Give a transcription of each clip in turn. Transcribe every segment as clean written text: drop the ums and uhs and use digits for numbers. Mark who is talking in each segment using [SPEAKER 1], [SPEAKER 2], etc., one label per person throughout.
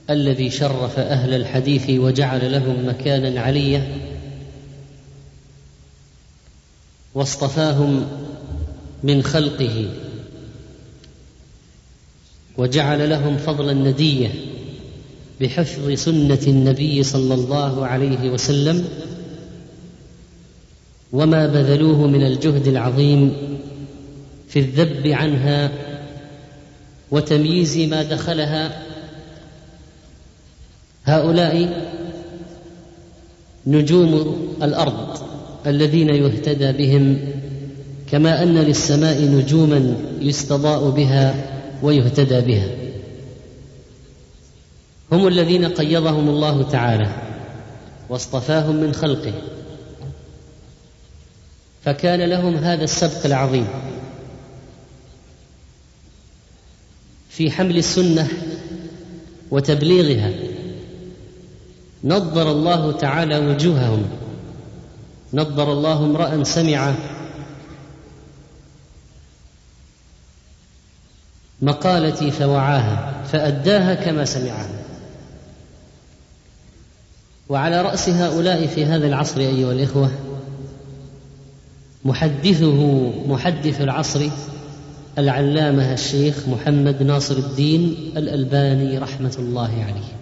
[SPEAKER 1] الذي شرف أهل الحديث وجعل لهم مكانا عليا واصطفاهم من خلقه وجعل لهم فضلا نديا بحفظ سنة النبي صلى الله عليه وسلم، وما بذلوه من الجهد العظيم في الذب عنها وتمييز ما دخلها. هؤلاء نجوم الأرض الذين يهتدى بهم، كما أن للسماء نجوما يستضاء بها ويهتدى بها. هم الذين قيضهم الله تعالى واصطفاهم من خلقه، فكان لهم هذا السبق العظيم في حمل السنة وتبليغها. نضر الله تعالى وجوههم، نضر الله امرأ سمع مقالتي فوعاها فأداها كما سمعها. وعلى رأس هؤلاء في هذا العصر أيها الإخوة محدث العصر العلامة الشيخ محمد ناصر الدين الألباني رحمة الله عليه.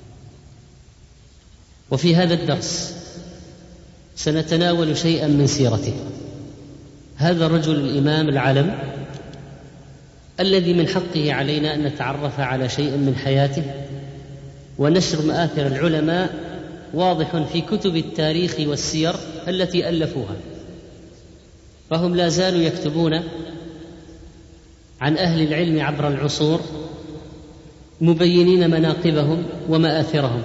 [SPEAKER 1] وفي هذا الدرس سنتناول شيئا من سيرته. هذا الرجل الإمام العلم الذي من حقه علينا أن نتعرف على شيء من حياته، ونشر مآثر العلماء واضح في كتب التاريخ والسير التي ألفوها، فهم لا زالوا يكتبون عن أهل العلم عبر العصور مبينين مناقبهم ومآثرهم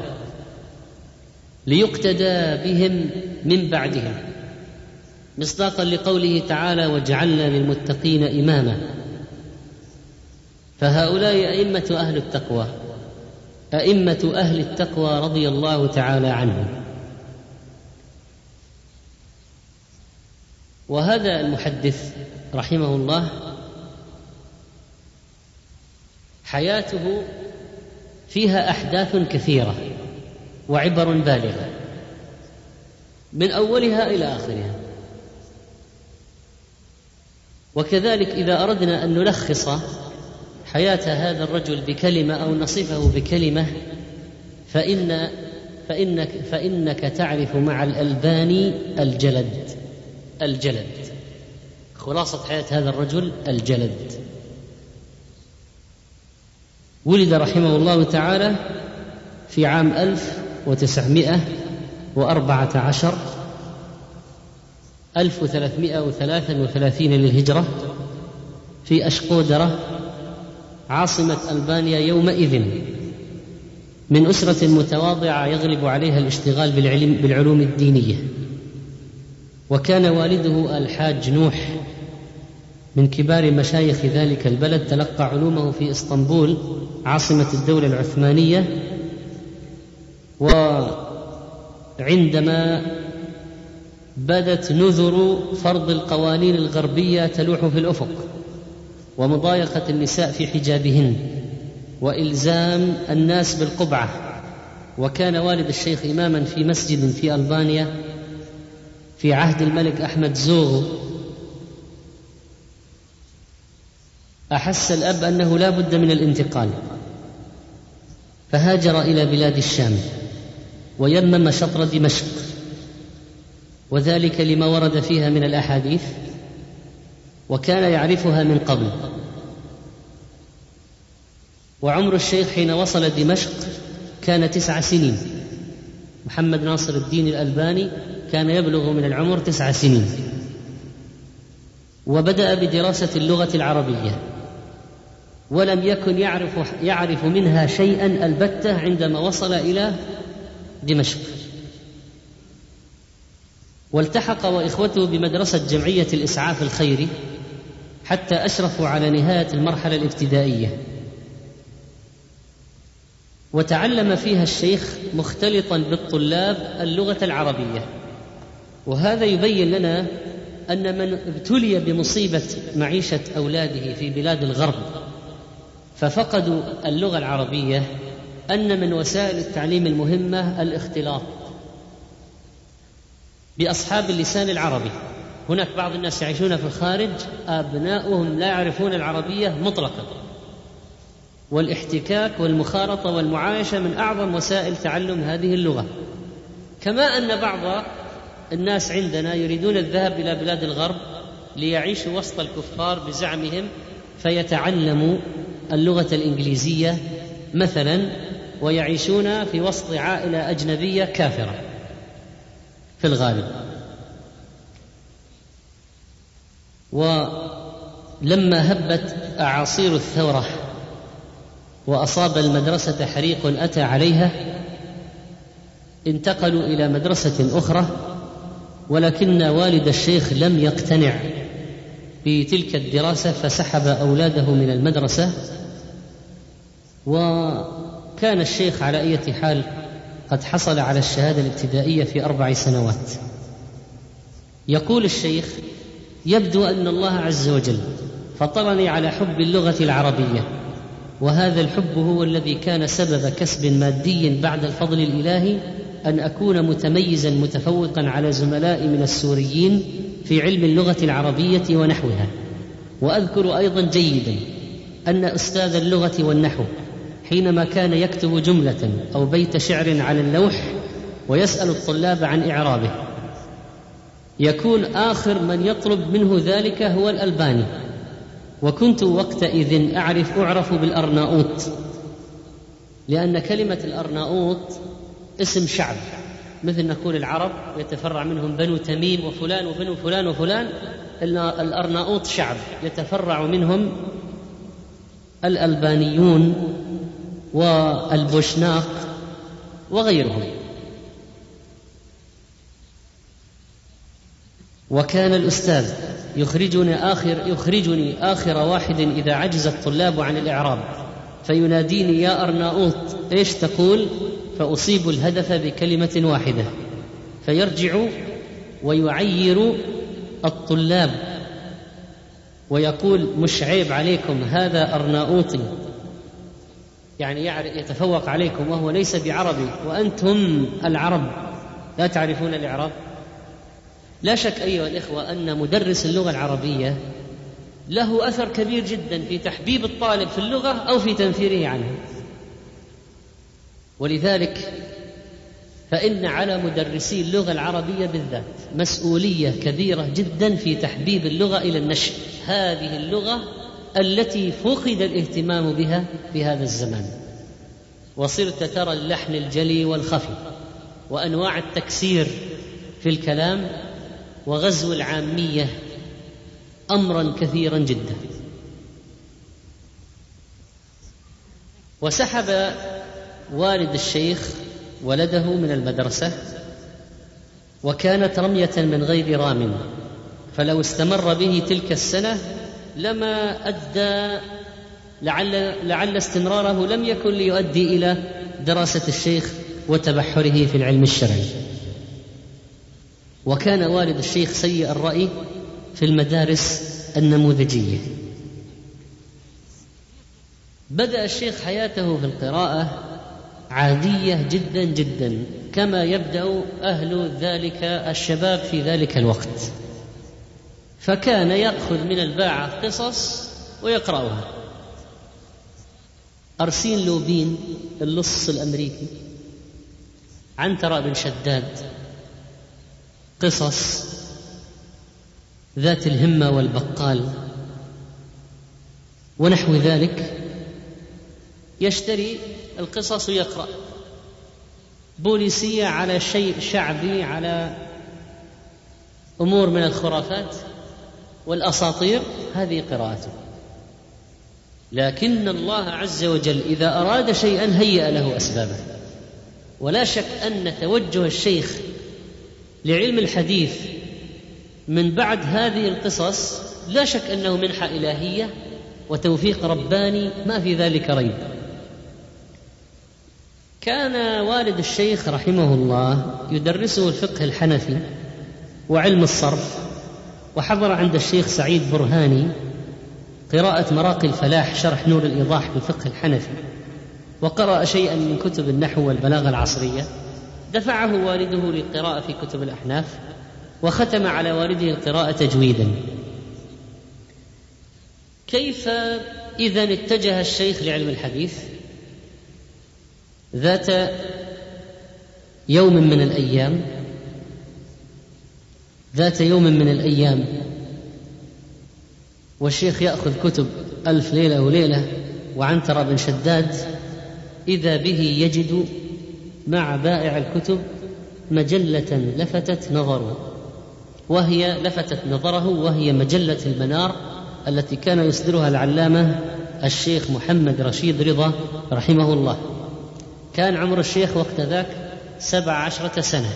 [SPEAKER 1] ليقتدى بهم من بعدهم، مصداقا لقوله تعالى: وجعلنا للمتقين إماما. فهؤلاء أئمة أهل التقوى رضي الله تعالى عنهم. وهذا المحدث رحمه الله حياته فيها أحداث كثيرة وعبر بالغة من أولها إلى آخرها. وكذلك إذا أردنا أن نلخص حياة هذا الرجل بكلمة أو نصفه بكلمة فإنك تعرف مع الألباني الجلد. خلاصة حياة هذا الرجل الجلد. ولد رحمه الله تعالى في عام 1333 للهجرة في أشقودرة عاصمة ألبانيا يومئذ، من أسرة متواضعة يغلب عليها الاشتغال بالعلوم الدينية. وكان والده الحاج نوح من كبار مشايخ ذلك البلد، تلقى علومه في إسطنبول عاصمة الدولة العثمانية. وعندما بدت نذر فرض القوانين الغربية تلوح في الأفق ومضايقة النساء في حجابهن وإلزام الناس بالقبعة، وكان والد الشيخ إماما في مسجد في ألبانيا في عهد الملك أحمد زوغو، أحس الأب أنه لا بد من الانتقال، فهاجر إلى بلاد الشام ويمم شطر دمشق، وذلك لما ورد فيها من الأحاديث وكان يعرفها من قبل. وعمر الشيخ حين وصل دمشق كان 9 سنين. محمد ناصر الدين الألباني كان يبلغ من العمر 9 سنين، وبدأ بدراسة اللغة العربية، ولم يكن يعرف منها شيئا البتة عندما وصل إلى دمشق. والتحق وإخوته بمدرسة جمعية الإسعاف الخيري حتى أشرفوا على نهاية المرحلة الابتدائية، وتعلم فيها الشيخ مختلطا بالطلاب اللغة العربية. وهذا يبين لنا أن من ابتلي بمصيبة معيشة أولاده في بلاد الغرب ففقدوا اللغة العربية أن من وسائل التعليم المهمة الاختلاط بأصحاب اللسان العربي. هناك بعض الناس يعيشون في الخارج أبناؤهم لا يعرفون العربية مطلقا، والاحتكاك والمخالطة والمعايشة من أعظم وسائل تعلم هذه اللغة. كما أن بعض الناس عندنا يريدون الذهاب إلى بلاد الغرب ليعيشوا وسط الكفار بزعمهم، فيتعلموا اللغة الإنجليزية مثلا ويعيشون في وسط عائلة أجنبية كافرة في الغالب. ولما هبت أعاصير الثورة وأصاب المدرسة حريق أتى عليها، انتقلوا إلى مدرسة أخرى، ولكن والد الشيخ لم يقتنع بتلك الدراسة فسحب أولاده من المدرسة. وكان الشيخ على أي حال قد حصل على الشهادة الابتدائية في 4 سنوات. يقول الشيخ: يبدو أن الله عز وجل فطرني على حب اللغة العربية، وهذا الحب هو الذي كان سبب كسب مادي بعد الفضل الإلهي، أن أكون متميزا متفوقا على زملائي من السوريين في علم اللغة العربية ونحوها. وأذكر أيضا جيدا أن أستاذ اللغة والنحو حينما كان يكتب جملة أو بيت شعر على اللوح ويسأل الطلاب عن إعرابه، يكون آخر من يطلب منه ذلك هو الألباني. وكنت وقتئذ أعرف بالأرناؤوط، لأن كلمة الأرناؤوط اسم شعب، مثل نقول العرب يتفرع منهم بنو تميم وفلان وبنو فلان وفلان، الأرناؤوط شعب يتفرع منهم الألبانيون والبوشناق وغيرهم. وكان الأستاذ يخرجني آخر واحد إذا عجز الطلاب عن الإعراب، فيناديني: يا أرناؤوط إيش تقول؟ فأصيب الهدف بكلمة واحدة، فيرجع ويعير الطلاب ويقول: مش عيب عليكم، هذا أرناؤوطي، يعني يتفوق عليكم وهو ليس بعربي، وأنتم العرب لا تعرفون الإعراب. لا شك أيها الإخوة أن مدرس اللغة العربية له أثر كبير جدا في تحبيب الطالب في اللغة أو في تنفيره عنها. ولذلك فإن على مدرسي اللغة العربية بالذات مسؤولية كبيرة جدا في تحبيب اللغة إلى النشء، هذه اللغة التي فقد الاهتمام بها في هذا الزمان. وصرت ترى اللحن الجلي والخفي وأنواع التكسير في الكلام وغزو العامية أمرا كثيرا جدا. وسحب والد الشيخ ولده من المدرسة، وكانت رمية من غير رام، فلو استمر به تلك السنة لما أدى، لعل استمراره لم يكن ليؤدي إلى دراسة الشيخ وتبحره في العلم الشرعي. وكان والد الشيخ سيء الرأي في المدارس النموذجية. بدأ الشيخ حياته في القراءة عادية جدا جدا، كما يبدأ أهل ذلك الشباب في ذلك الوقت، فكان يأخذ من الباعة قصص ويقرأها. أرسين لوبين اللص الأمريكي، عنترة بن شداد، قصص ذات الهمة والبقال ونحو ذلك، يشتري القصص ويقرأ. بوليسية على شيء شعبي، على أمور من الخرافات والأساطير، هذه قراءته. لكن الله عز وجل إذا أراد شيئا هيأ له أسبابه. ولا شك أن توجه الشيخ لعلم الحديث من بعد هذه القصص لا شك أنه منحة إلهية وتوفيق رباني، ما في ذلك ريب. كان والد الشيخ رحمه الله يدرسه الفقه الحنفي وعلم الصرف، وحضر عند الشيخ سعيد برهاني قراءة مراقي الفلاح شرح نور الإيضاح في الفقه الحنفي، وقرأ شيئا من كتب النحو والبلاغة العصرية، دفعه والده للقراءة في كتب الأحناف، وختم على والده القراءة تجويدا. كيف إذن اتجه الشيخ لعلم الحديث؟ ذات يوم من الأيام والشيخ يأخذ كتب ألف ليلة وليلة وعنترة بن شداد، إذا به يجد مع بائع الكتب مجلة لفتت نظره، وهي مجلة المنار التي كان يصدرها العلامة الشيخ محمد رشيد رضا رحمه الله. كان عمر الشيخ وقت ذاك 17 سنة.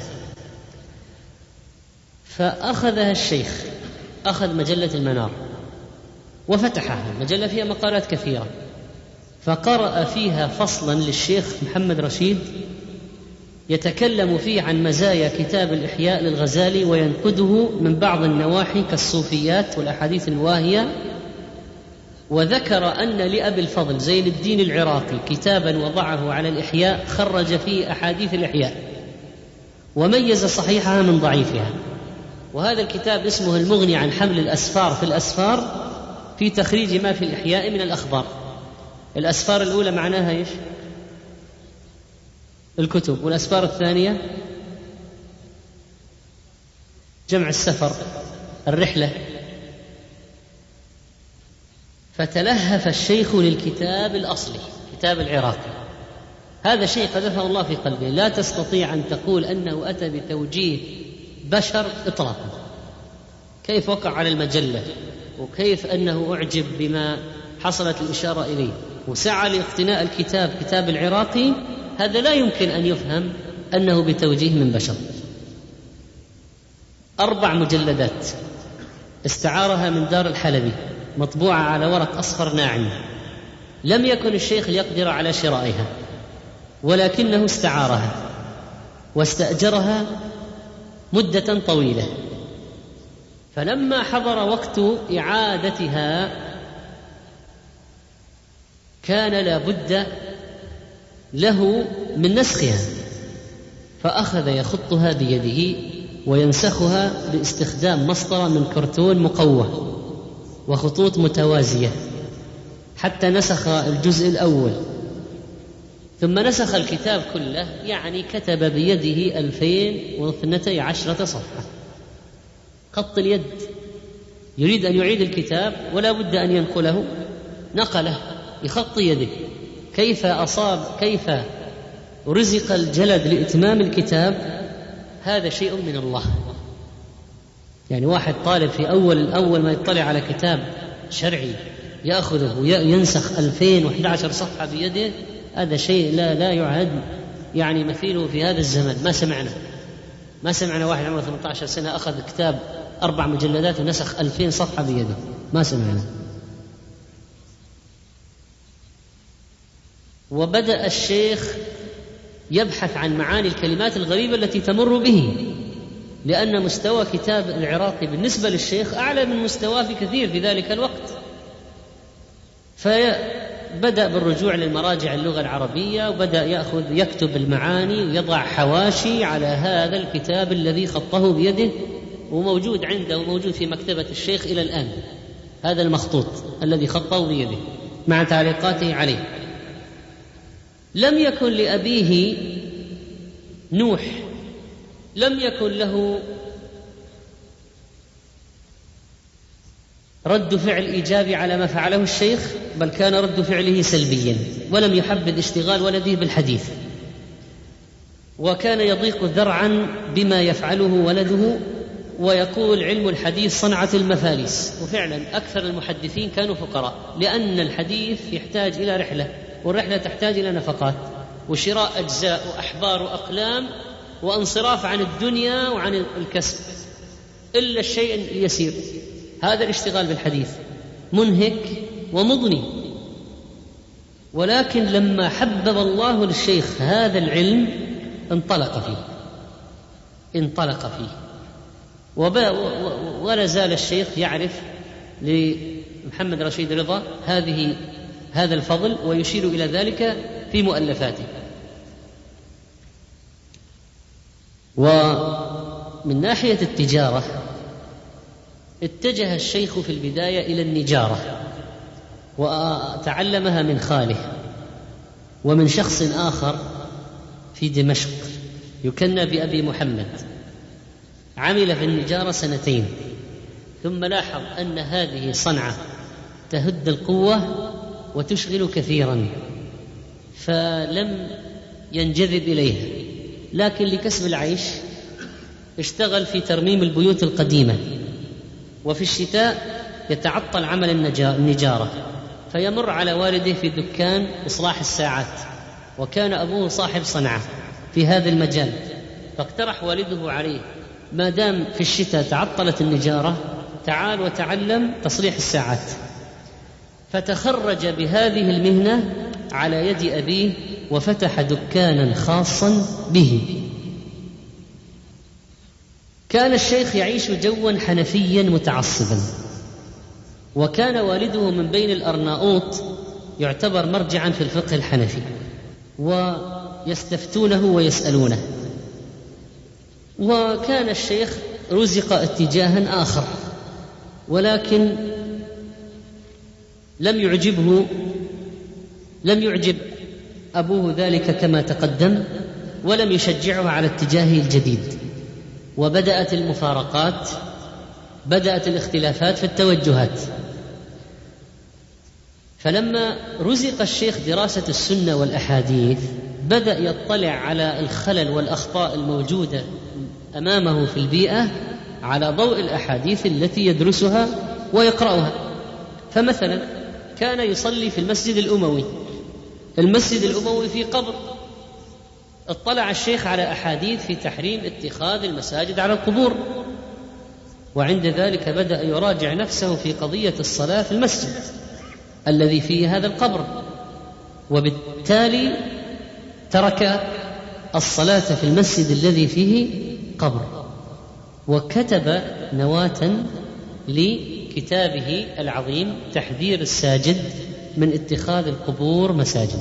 [SPEAKER 1] فأخذها الشيخ، أخذ مجلة المنار وفتحها، مجلة فيها مقالات كثيرة، فقرأ فيها فصلا للشيخ محمد رشيد يتكلم فيه عن مزايا كتاب الإحياء للغزالي وينقده من بعض النواحي كالصوفيات والأحاديث الواهية، وذكر أن لأبي الفضل زين الدين العراقي كتابا وضعه على الإحياء خرج فيه أحاديث الإحياء وميز صحيحها من ضعيفها، وهذا الكتاب اسمه المغني عن حمل الأسفار في الأسفار في تخريج ما في الإحياء من الأخبار. الأسفار الأولى معناها إيش؟ الكتب، والأسفار الثانية جمع السفر، الرحلة. فتلهف الشيخ للكتاب الأصلي، كتاب العراقي. هذا شيء قذفه الله في قلبه، لا تستطيع أن تقول أنه أتى بتوجيه بشر إطلاقا. كيف وقع على المجلة، وكيف أنه أعجب بما حصلت الإشارة إليه وسعى لاقتناء الكتاب، كتاب العراقي، هذا لا يمكن أن يفهم أنه بتوجيه من بشر. 4 مجلدات استعارها من دار الحلبي، مطبوعة على ورق أصفر ناعم. لم يكن الشيخ يقدر على شرائها، ولكنه استعارها واستأجرها مدة طويلة. فلما حضر وقت إعادتها كان لا بد له من نسخها، فأخذ يخطها بيده وينسخها باستخدام مسطرة من كرتون مقوى وخطوط متوازية، حتى نسخ الجزء الأول، ثم نسخ الكتاب كله، يعني كتب بيده 2012 صفحة خط اليد. يريد أن يعيد الكتاب ولا بد أن ينقله، نقله بخط يده. كيف رزق الجلد لإتمام الكتاب؟ هذا شيء من الله. يعني واحد طالب في أول ما يطلع على كتاب شرعي يأخذه وينسخ 2011 صفحة بيده، هذا شيء لا يعد يعني مثيله في هذا الزمن. ما سمعنا واحد عمره 18 سنة أخذ كتاب 4 مجلدات ونسخ 2000 صفحة بيده، ما سمعنا. وبدأ الشيخ يبحث عن معاني الكلمات الغريبة التي تمر به، لأن مستوى كتاب العراقي بالنسبة للشيخ أعلى من مستواه في كثير في ذلك الوقت. فبدأ بالرجوع للمراجع اللغة العربية، وبدأ يكتب المعاني ويضع حواشي على هذا الكتاب الذي خطه بيده، وموجود عنده وموجود في مكتبة الشيخ إلى الآن، هذا المخطوط الذي خطه بيده مع تعليقاته عليه. لم يكن لأبيه نوح، لم يكن له رد فعل إيجابي على ما فعله الشيخ، بل كان رد فعله سلبيا، ولم يحبذ اشتغال ولده بالحديث، وكان يضيق ذرعا بما يفعله ولده، ويقول علم الحديث صنعة المفاليس. وفعلا أكثر المحدثين كانوا فقراء، لأن الحديث يحتاج إلى رحلة، والرحلة تحتاج إلى نفقات وشراء أجزاء وأحبار وأقلام وانصراف عن الدنيا وعن الكسب، إلا الشيء اليسير. هذا الاشتغال بالحديث منهك ومضني. ولكن لما حبب الله للشيخ هذا العلم انطلق فيه ولا زال الشيخ يعرف لمحمد رشيد رضا هذا الفضل، ويشير إلى ذلك في مؤلفاته. ومن ناحية التجارة اتجه الشيخ في البداية إلى النجارة وتعلمها من خاله ومن شخص آخر في دمشق يكنى بأبي محمد. عمل في النجارة 2 سنين ثم لاحظ أن هذه صنعة تهد القوة وتشغل كثيرا فلم ينجذب إليها، لكن لكسب العيش اشتغل في ترميم البيوت القديمة، وفي الشتاء يتعطل عمل النجارة فيمر على والده في دكان إصلاح الساعات، وكان أبوه صاحب صنعة في هذا المجال، فاقترح والده عليه ما دام في الشتاء تعطلت النجارة تعال وتعلم تصليح الساعات. فتخرج بهذه المهنة على يد أبيه وفتح دكانا خاصا به. كان الشيخ يعيش جوا حنفيا متعصبا، وكان والده من بين الأرناؤوط يعتبر مرجعا في الفقه الحنفي، ويستفتونه ويسألونه. وكان الشيخ رزق اتجاها آخر ولكن لم يعجب أبوه ذلك كما تقدم، ولم يشجعه على اتجاهه الجديد، وبدأت المفارقات، بدأت الاختلافات في التوجهات. فلما رزق الشيخ دراسة السنة والأحاديث بدأ يطلع على الخلل والأخطاء الموجودة أمامه في البيئة على ضوء الأحاديث التي يدرسها ويقرأها. فمثلا كان يصلي في المسجد الأموي، المسجد الأموي في قبر، اطلع الشيخ على أحاديث في تحريم اتخاذ المساجد على القبور، وعند ذلك بدأ يراجع نفسه في قضية الصلاة في المسجد الذي فيه هذا القبر، وبالتالي ترك الصلاة في المسجد الذي فيه قبر، وكتب نواة لكتابه العظيم تحذير الساجد من اتخاذ القبور مساجد.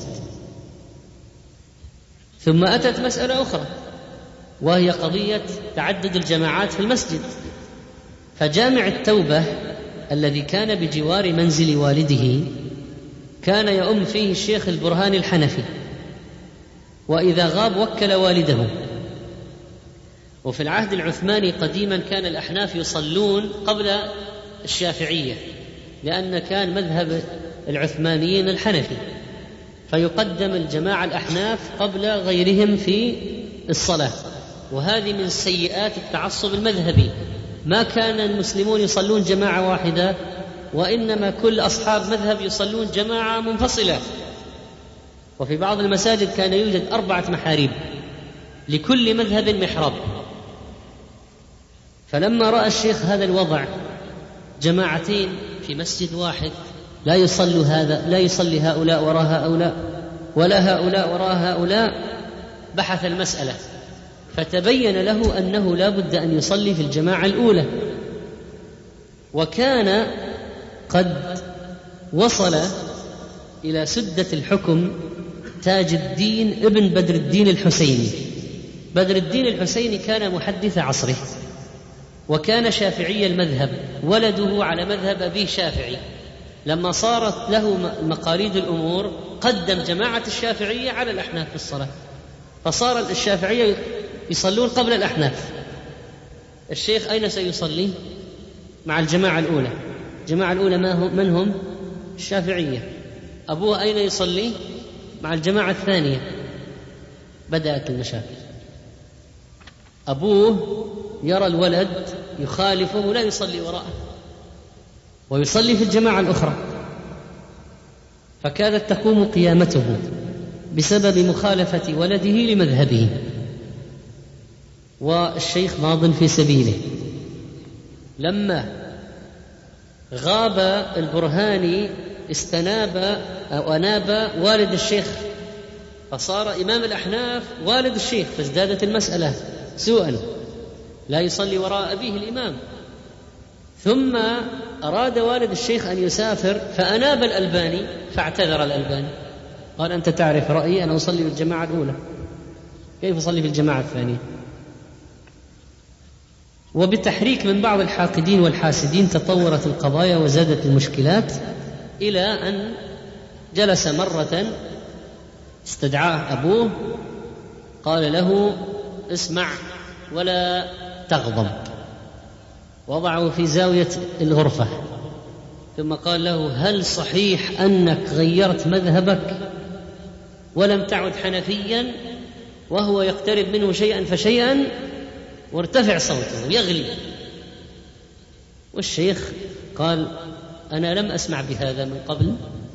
[SPEAKER 1] ثم أتت مسألة أخرى وهي قضية تعدد الجماعات في المسجد، فجامع التوبة الذي كان بجوار منزل والده كان يؤم فيه الشيخ البرهاني الحنفي، وإذا غاب وكل والده. وفي العهد العثماني قديما كان الأحناف يصلون قبل الشافعية، لأن كان مذهب العثمانيين الحنفي، فيقدم الجماعة الأحناف قبل غيرهم في الصلاة. وهذه من سيئات التعصب المذهبي، ما كان المسلمون يصلون جماعة واحدة، وإنما كل أصحاب مذهب يصلون جماعة منفصلة. وفي بعض المساجد كان يوجد 4 محاريب لكل مذهب محراب. فلما رأى الشيخ هذا الوضع، جماعتين في مسجد واحد، لا يصلي هؤلاء وراء هؤلاء ولا هؤلاء وراء هؤلاء، بحث المسألة فتبين له أنه لا بد أن يصلي في الجماعة الأولى. وكان قد وصل إلى سدة الحكم تاج الدين ابن بدر الدين الحسيني. بدر الدين الحسيني كان محدث عصره، وكان شافعي المذهب، ولده على مذهب أبيه شافعي. لما صارت له مقاليد الأمور قدم جماعة الشافعية على الأحناف في الصلاة، فصار الشافعية يصلون قبل الأحناف. الشيخ أين سيصلي؟ مع الجماعة الأولى. الجماعة الأولى من هم؟ الشافعية. أبوه أين يصلي؟ مع الجماعة الثانية. بدأت المشاكل. أبوه يرى الولد يخالفه ولا يصلي وراءه، ويصلي في الجماعة الأخرى، فكادت تقوم قيامته بسبب مخالفة ولده لمذهبه. والشيخ ماض في سبيله. لما غاب البرهاني استناب أو أناب والد الشيخ، فصار إمام الأحناف والد الشيخ، فازدادت المسألة سوءا، لا يصلي وراء أبيه الإمام. ثم أراد والد الشيخ أن يسافر فأناب الألباني، فاعتذر الألباني قال: أنت تعرف رأيي، أنا أصلي في الجماعة الأولى، كيف أصلي في الجماعة الثانية؟ وبتحريك من بعض الحاقدين والحاسدين تطورت القضايا وزادت المشكلات، إلى أن جلس مرة استدعاه أبوه، قال له: اسمع ولا تغضب، وضعه في زاوية الغرفة، ثم قال له: هل صحيح أنك غيرت مذهبك ولم تعد حنفيا؟ وهو يقترب منه شيئا فشيئا، وارتفع صوته يغلي. والشيخ قال: أنا لم أسمع بهذا من قبل.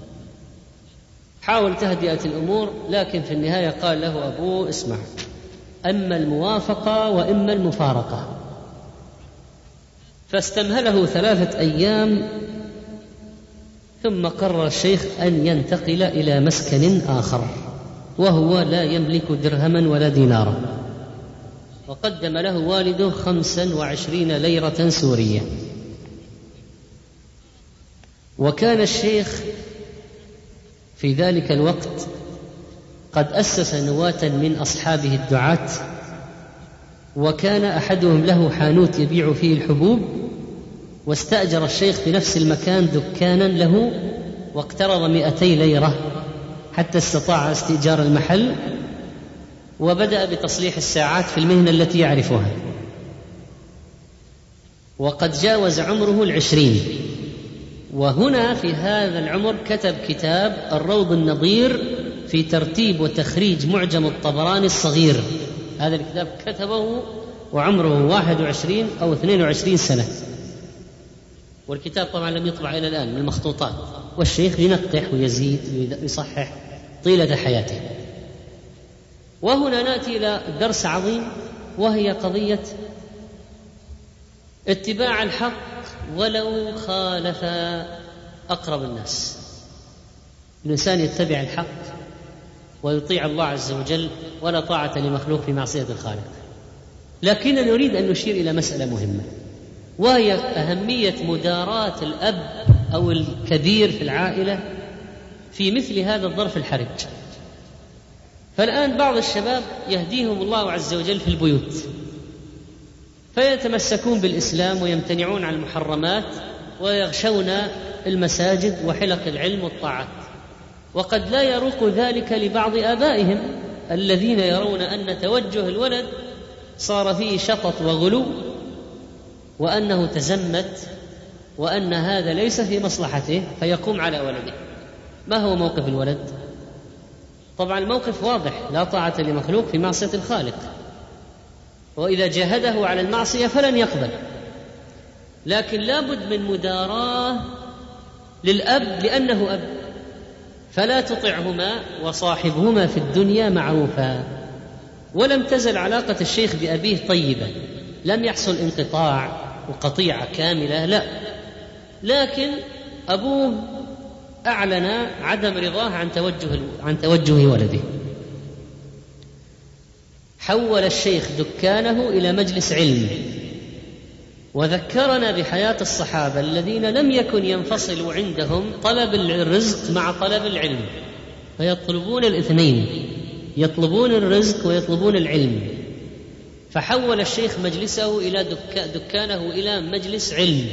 [SPEAKER 1] حاول تهدئة الأمور، لكن في النهاية قال له أبوه: اسمع، أما الموافقة وإما المفارقة. فاستمهله 3 أيام، ثم قرر الشيخ أن ينتقل إلى مسكن آخر، وهو لا يملك درهما ولا دينارا، وقدم له والده 25 ليرة سورية. وكان الشيخ في ذلك الوقت قد أسس نواة من أصحابه الدعاة، وكان أحدهم له حانوت يبيع فيه الحبوب، واستأجر الشيخ في نفس المكان دكانا له، واقترض 200 ليرة حتى استطاع استئجار المحل، وبدأ بتصليح الساعات في المهنة التي يعرفها. وقد جاوز عمره 20، وهنا في هذا العمر كتب كتاب الروض النظير في ترتيب وتخريج معجم الطبراني الصغير. هذا الكتاب كتبه وعمره 21 أو 22 سنة، والكتاب طبعا لم يطبع إلى الآن من المخطوطات، والشيخ ينقح ويزيد ويصحح طيلة حياته. وهنا نأتي إلى درس عظيم، وهي قضية اتباع الحق ولو خالف أقرب الناس. الإنسان يتبع الحق ويطيع الله عز وجل، ولا طاعة لمخلوق في معصية الخالق. لكننا نريد أن نشير إلى مسألة مهمة، وهي أهمية مداراة الأب أو الكبير في العائلة في مثل هذا الظرف الحرج. فالآن بعض الشباب يهديهم الله عز وجل في البيوت، فيتمسكون بالإسلام ويمتنعون عن المحرمات ويغشون المساجد وحلق العلم والطاعات، وقد لا يروق ذلك لبعض آبائهم الذين يرون أن توجه الولد صار فيه شطط وغلو، وأنه تزمت، وأن هذا ليس في مصلحته، فيقوم على ولده. ما هو موقف الولد؟ طبعا الموقف واضح: لا طاعة لمخلوق في معصية الخالق، وإذا جاهده على المعصية فلن يقبل. لكن لا بد من مداراة للأب لأنه أب، فلا تطعهما وصاحبهما في الدنيا معروفا. ولم تزل علاقة الشيخ بأبيه طيبة، لم يحصل انقطاع وقطيعة كاملة، لا، لكن أبوه أعلن عدم رضاه عن توجه ولده. حول الشيخ دكانه إلى مجلس علم، وذكرنا بحياة الصحابة الذين لم يكن ينفصل عندهم طلب الرزق مع طلب العلم، فيطلبون الاثنين، يطلبون الرزق ويطلبون العلم. فحول الشيخ مجلسه إلى دكانه إلى مجلس علم.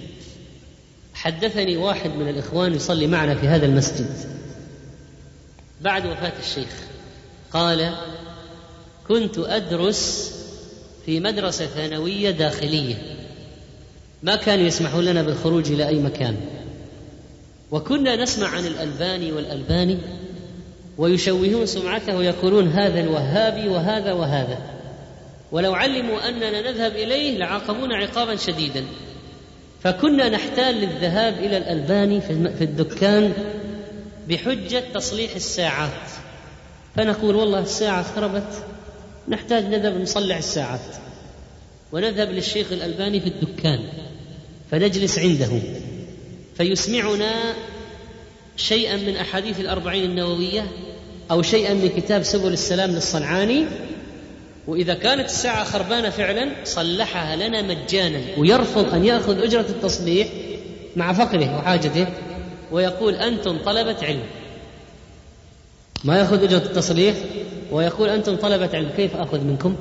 [SPEAKER 1] حدثني واحد من الإخوان يصلي معنا في هذا المسجد بعد وفاة الشيخ، قال: كنت أدرس في مدرسة ثانوية داخلية، ما كانوا يسمحون لنا بالخروج إلى أي مكان، وكنا نسمع عن الألباني والألباني، ويشوهون سمعته ويقولون هذا الوهابي وهذا وهذا، ولو علموا أننا نذهب إليه لعاقبونا عقابا شديدا. فكنا نحتال للذهاب إلى الألباني في الدكان بحجة تصليح الساعات، فنقول والله الساعة خربت، نحتاج نذهب نصلح الساعات، ونذهب للشيخ الألباني في الدكان فنجلس عنده فيسمعنا شيئا من أحاديث 40 النووية أو شيئا من كتاب سبل السلام للصنعاني، وإذا كانت الساعة خربانة فعلا صلحها لنا مجانا، ويرفض أن يأخذ أجرة التصليح مع فقره وحاجته، ويقول أنتم طلبة علم. ما يأخذ أجرة التصليح ويقول أنتم طلبة علم كيف أخذ منكم؟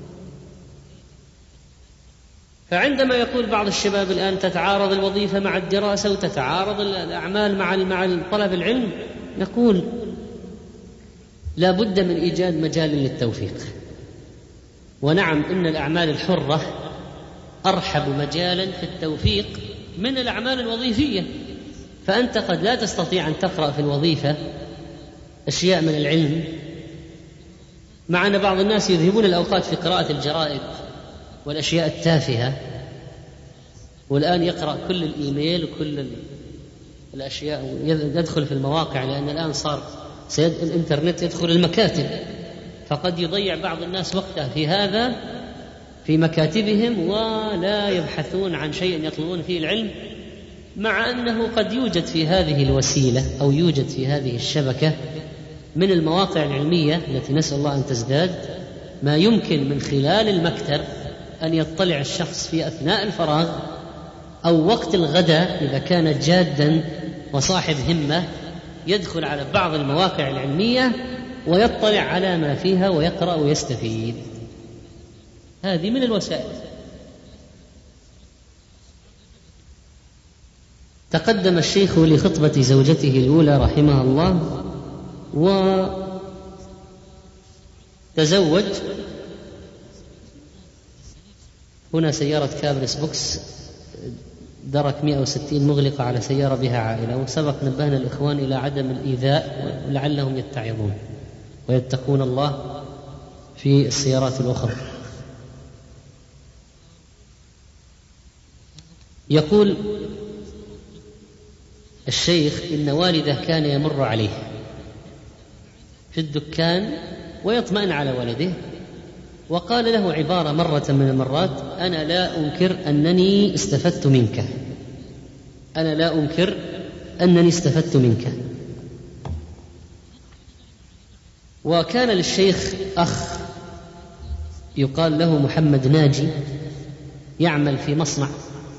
[SPEAKER 1] فعندما يقول بعض الشباب الآن تتعارض الوظيفة مع الدراسة وتتعارض الأعمال مع طلب العلم، نقول لا بد من إيجاد مجال للتوفيق. ونعم إن الأعمال الحرة أرحب مجالا في التوفيق من الأعمال الوظيفية، فأنت قد لا تستطيع أن تقرأ في الوظيفة أشياء من العلم، مع أن بعض الناس يذهبون الأوقات في قراءة الجرائد والأشياء التافهة، والآن يقرأ كل الإيميل وكل الأشياء، يدخل في المواقع، لأن الآن صار الإنترنت يدخل المكاتب، فقد يضيع بعض الناس وقته في هذا في مكاتبهم ولا يبحثون عن شيء يطلبون فيه العلم، مع أنه قد يوجد في هذه الوسيلة أو يوجد في هذه الشبكة من المواقع العلمية التي نسأل الله أن تزداد ما يمكن من خلال المكتب أن يطلع الشخص في أثناء الفراغ أو وقت الغداء إذا كان جادا وصاحب همة، يدخل على بعض المواقع العلمية ويطلع على ما فيها ويقرأ ويستفيد. هذه من الوسائل. تقدم الشيخ لخطبة زوجته الأولى رحمها الله وتزوج. هنا سيارة كابرس بوكس درك 160 مغلقة على سيارة بها عائلة، وسبق نبهنا الإخوان إلى عدم الإيذاء ولعلهم يتعظون ويتقون الله في السيارات الأخرى. يقول الشيخ إن والده كان يمر عليه في الدكان ويطمئن على ولده، وقال له عبارة مرة من المرات: أنا لا أنكر أنني استفدت منك، أنا لا أنكر أنني استفدت منك. وكان للشيخ أخ يقال له محمد ناجي يعمل في مصنع،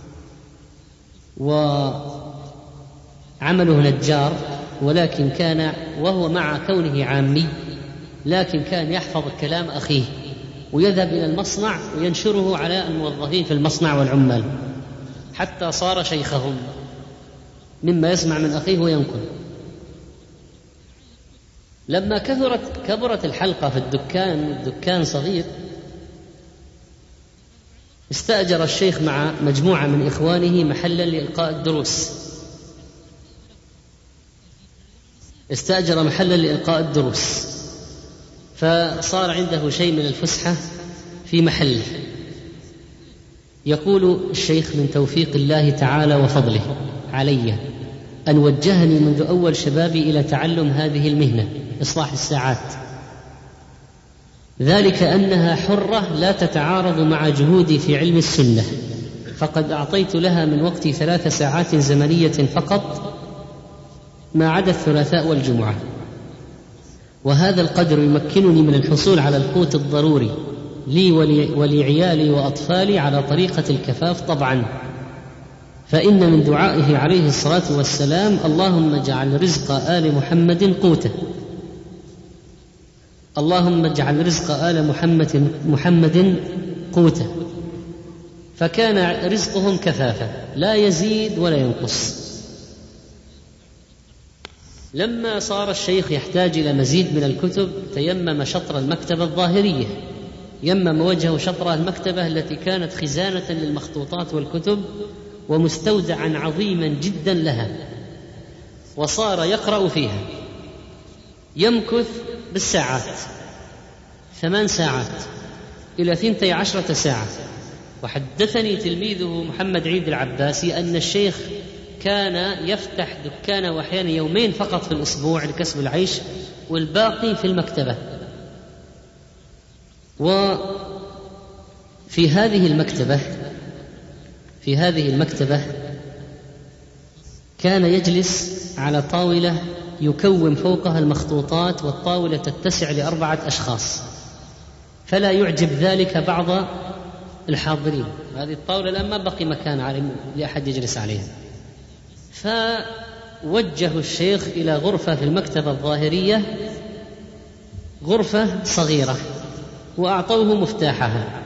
[SPEAKER 1] وعمله نجار، ولكن كان وهو مع كونه عامي لكن كان يحفظ كلام أخيه ويذهب إلى المصنع وينشره على الموظفين في المصنع والعمال، حتى صار شيخهم مما يسمع من أخيه وينقل. لما كبرت الحلقة في الدكان صغير، استأجر الشيخ مع مجموعة من إخوانه محلا لإلقاء الدروس، استأجر محلا لإلقاء الدروس، فصار عنده شيء من الفسحة في محله. يقول الشيخ: من توفيق الله تعالى وفضله علي أن وجهني منذ أول شبابي إلى تعلم هذه المهنة، إصلاح الساعات، ذلك أنها حرة لا تتعارض مع جهودي في علم السنة، فقد أعطيت لها من وقتي 3 ساعات زمنية فقط ما عدا الثلاثاء والجمعة، وهذا القدر يمكنني من الحصول على القوت الضروري لي ولعيالي وأطفالي على طريقة الكفاف طبعا، فإن من دعائه عليه الصلاة والسلام: اللهم اجعل رزق آل محمد قوته، اللهم اجعل رزق آل محمد قوته، فكان رزقهم كفافة لا يزيد ولا ينقص. لما صار الشيخ يحتاج إلى مزيد من الكتب تيمم شطر المكتبة الظاهرية، يمم وجهه شطر المكتبة التي كانت خزانة للمخطوطات والكتب ومستودعا عظيما جدا لها، وصار يقرأ فيها، يمكث بالساعات، 8 ساعات إلى 12 ساعة. وحدثني تلميذه محمد عيد العباسي أن الشيخ كان يفتح دكانه وأحيانا يومين فقط في الأسبوع لكسب العيش، والباقي في المكتبة. وفي هذه المكتبة كان يجلس على طاولة يكوم فوقها المخطوطات، والطاولة تتسع ل4 أشخاص، فلا يعجب ذلك بعض الحاضرين. هذه الطاولة الآن ما بقي مكان لأحد يجلس عليها، فوجه الشيخ إلى غرفة في المكتبة الظاهرية غرفة صغيرة وأعطوه مفتاحها،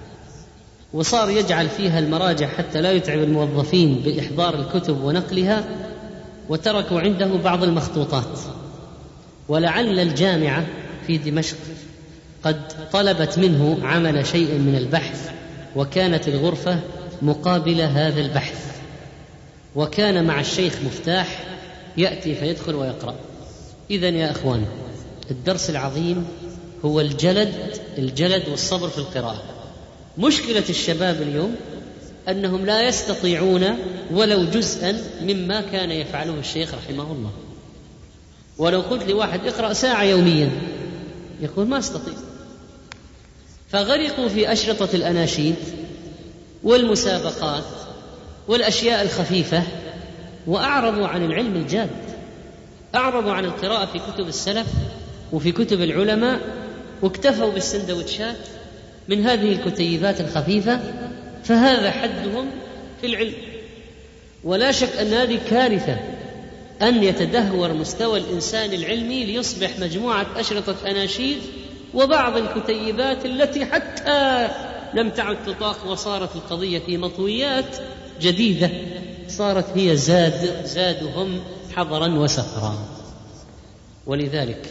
[SPEAKER 1] وصار يجعل فيها المراجع حتى لا يتعب الموظفين بإحضار الكتب ونقلها، وتركوا عنده بعض المخطوطات. ولعل الجامعة في دمشق قد طلبت منه عمل شيء من البحث، وكانت الغرفة مقابل هذا البحث، وكان مع الشيخ مفتاح يأتي فيدخل ويقرأ. إذن يا أخوان، الدرس العظيم هو الجلد والصبر في القراءة. مشكلة الشباب اليوم أنهم لا يستطيعون ولو جزءا مما كان يفعله الشيخ رحمه الله. ولو قلت لواحد اقرأ ساعة يوميا يقول ما استطيع. فغرقوا في أشرطة الأناشيد والمسابقات والأشياء الخفيفة، وأعرضوا عن العلم الجاد، أعرضوا عن القراءة في كتب السلف وفي كتب العلماء، واكتفوا بالسندوتشات من هذه الكتيبات الخفيفة. فهذا حدهم في العلم. ولا شك أن هذه كارثة، أن يتدهور مستوى الإنسان العلمي ليصبح مجموعة أشرطة أناشيد وبعض الكتيبات التي حتى لم تعد تطاق، وصارت القضية في مطويات جديدة، صارت هي زادهم حضرا وسفرا. ولذلك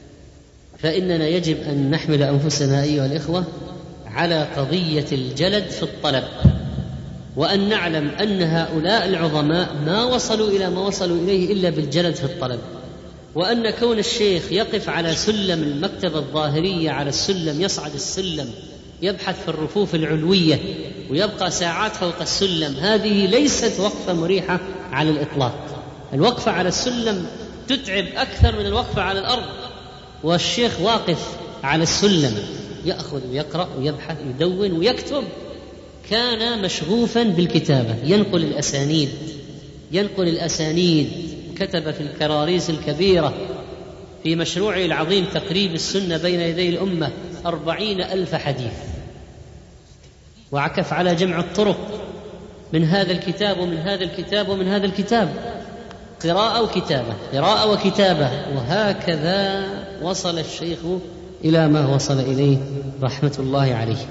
[SPEAKER 1] فإننا يجب أن نحمل أنفسنا أيها الإخوة على قضية الجلد في الطلب، وأن نعلم أن هؤلاء العظماء ما وصلوا إلى ما وصلوا إليه إلا بالجلد في الطلب، وأن كون الشيخ يقف على سلم المكتبة الظاهرية، على السلم، يصعد السلم يبحث في الرفوف العلوية ويبقى ساعات فوق السلم، هذه ليست وقفة مريحة على الإطلاق. الوقفة على السلم تتعب أكثر من الوقفة على الأرض. والشيخ واقف على السلم يأخذ ويقرأ ويبحث ويدون ويكتب، كان مشغوفا بالكتابة، ينقل الأسانيد، كتب في الكراريس الكبيرة في مشروعه العظيم تقريب السنة بين يدي الأمة 40,000 حديث، وعكف على جمع الطرق من هذا الكتاب ومن هذا الكتاب ومن هذا الكتاب، قراءة وكتابة، وهكذا وصل الشيخ إلى ما وصل إليه رحمة الله عليه.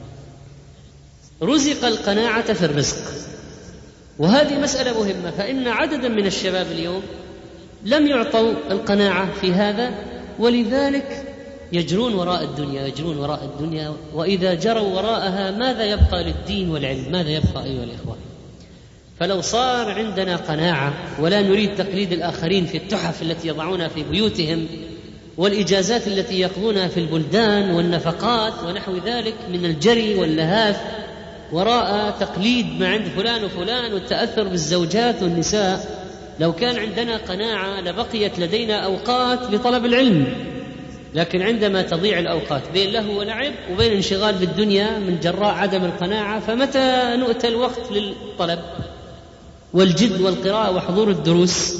[SPEAKER 1] رزق القناعة في الرزق، وهذه مسألة مهمة، فإن عددا من الشباب اليوم لم يعطوا القناعة في هذا، ولذلك يجرون وراء الدنيا، وإذا جروا وراءها ماذا يبقى للدين والعلم؟ ماذا يبقى أيها الإخوة؟ فلو صار عندنا قناعة ولا نريد تقليد الآخرين في التحف التي يضعونها في بيوتهم والإجازات التي يقضونها في البلدان والنفقات ونحو ذلك من الجري واللهاث وراء تقليد ما عند فلان وفلان والتأثر بالزوجات والنساء، لو كان عندنا قناعة لبقيت لدينا أوقات لطلب العلم. لكن عندما تضيع الأوقات بين له ولعب وبين انشغال بالدنيا من جراء عدم القناعة، فمتى نؤتى الوقت للطلب والجد والقراءة وحضور الدروس؟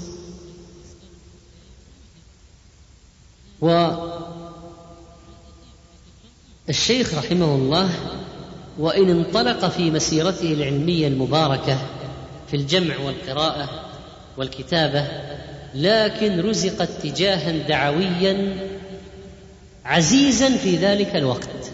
[SPEAKER 1] والشيخ رحمه الله وإن انطلق في مسيرته العلمية المباركة في الجمع والقراءة والكتابة، لكن رزق اتجاها دعويا عزيزا في ذلك الوقت،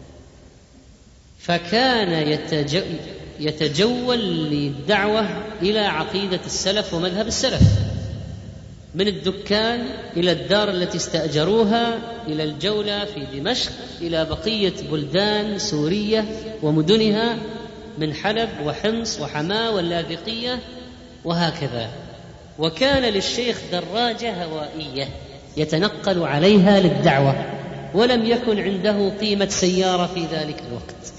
[SPEAKER 1] فكان يتجول للدعوة إلى عقيدة السلف ومذهب السلف، من الدكان إلى الدار التي استأجروها، إلى الجولة في دمشق، إلى بقية بلدان سورية ومدنها من حلب وحمص وحماة واللاذقية وهكذا. وكان للشيخ دراجة هوائية يتنقل عليها للدعوة، ولم يكن عنده قيمة سيارة في ذلك الوقت.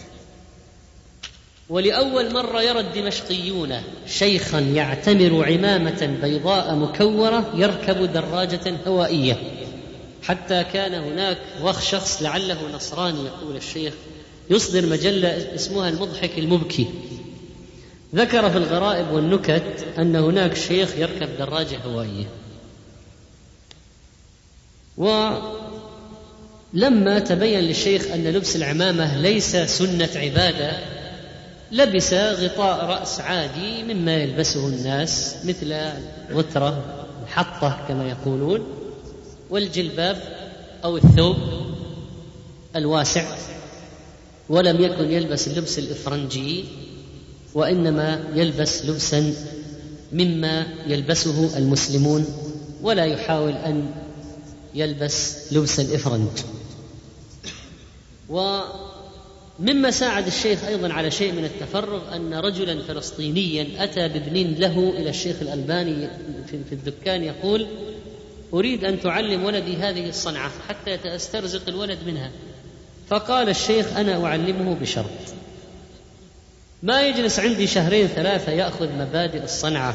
[SPEAKER 1] ولأول مرة يرى الدمشقيون شيخا يعتمر عمامة بيضاء مكورة يركب دراجة هوائية، حتى كان هناك شخص لعله نصراني يقول الشيخ يصدر مجلة اسمها المضحك المبكي، ذكر في الغرائب والنكت أن هناك شيخ يركب دراجة هوائية. ولما تبين للشيخ أن لبس العمامة ليس سنة عبادة، لبس غطاء رأس عادي مما يلبسه الناس، مثل غترة، حطة كما يقولون، والجلباب أو الثوب الواسع، ولم يكن يلبس اللبس الإفرنجي، وإنما يلبس لبسا مما يلبسه المسلمون، ولا يحاول أن يلبس لبس الإفرنج. ومما ساعد الشيخ أيضا على شيء من التفرغ أن رجلا فلسطينيا أتى بابن له إلى الشيخ الألباني في الدكان يقول: أريد أن تعلم ولدي هذه الصنعة حتى أسترزق الولد منها. فقال الشيخ: أنا أعلمه بشرط، ما يجلس عندي 2-3 يأخذ مبادئ الصنعة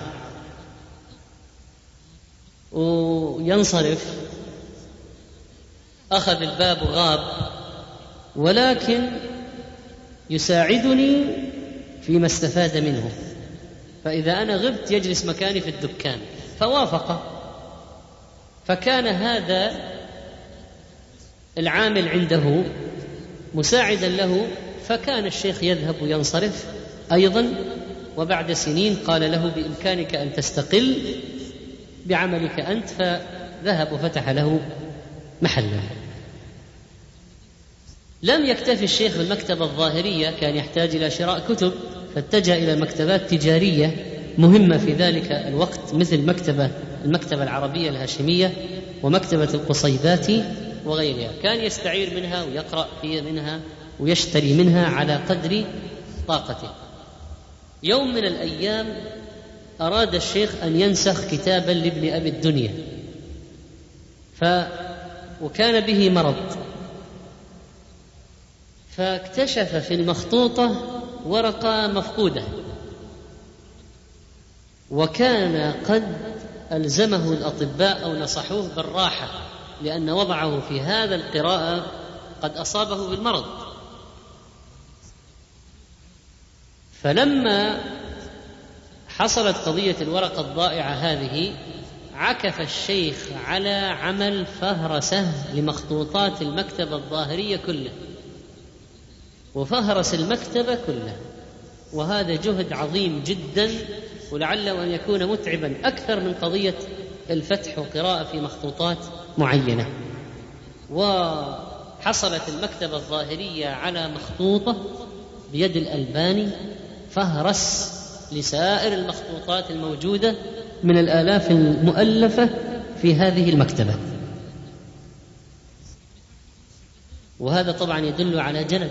[SPEAKER 1] وينصرف، أخذ الباب وغاب، ولكن يساعدني فيما استفاد منه، فإذا أنا غبت يجلس مكاني في الدكان. فوافق، فكان هذا العامل عنده مساعدا له، فكان الشيخ يذهب وينصرف أيضا. وبعد سنين قال له: بإمكانك أن تستقل بعملك أنت، فذهب وفتح له محلا. لم يكتفي الشيخ بالمكتبة الظاهرية، كان يحتاج إلى شراء كتب، فاتجه إلى مكتبات تجارية مهمة في ذلك الوقت، مثل المكتبة العربية الهاشمية ومكتبة القصيباتي وغيرها. كان يستعير منها ويقرأ منها ويشتري منها على قدر طاقته. يوم من الأيام أراد الشيخ أن ينسخ كتابا لابن أبي الدنيا، وكان به مرض، فاكتشف في المخطوطة ورقة مفقودة، وكان قد ألزمه الأطباء أو نصحوه بالراحة، لأن وضعه في هذا القراءة قد أصابه بالمرض. فلما حصلت قضية الورقة الضائعة هذه، عكف الشيخ على عمل فهرسة لمخطوطات المكتبة الظاهرية كلها، وفهرس المكتبة كلها، وهذا جهد عظيم جدا، ولعله أن يكون متعبا أكثر من قضية الفتح وقراءة في مخطوطات معينة. وحصلت المكتبة الظاهرية على مخطوطة بيد الألباني، فهرس لسائر المخطوطات الموجودة من الآلاف المؤلفة في هذه المكتبة. وهذا طبعا يدل على جلد،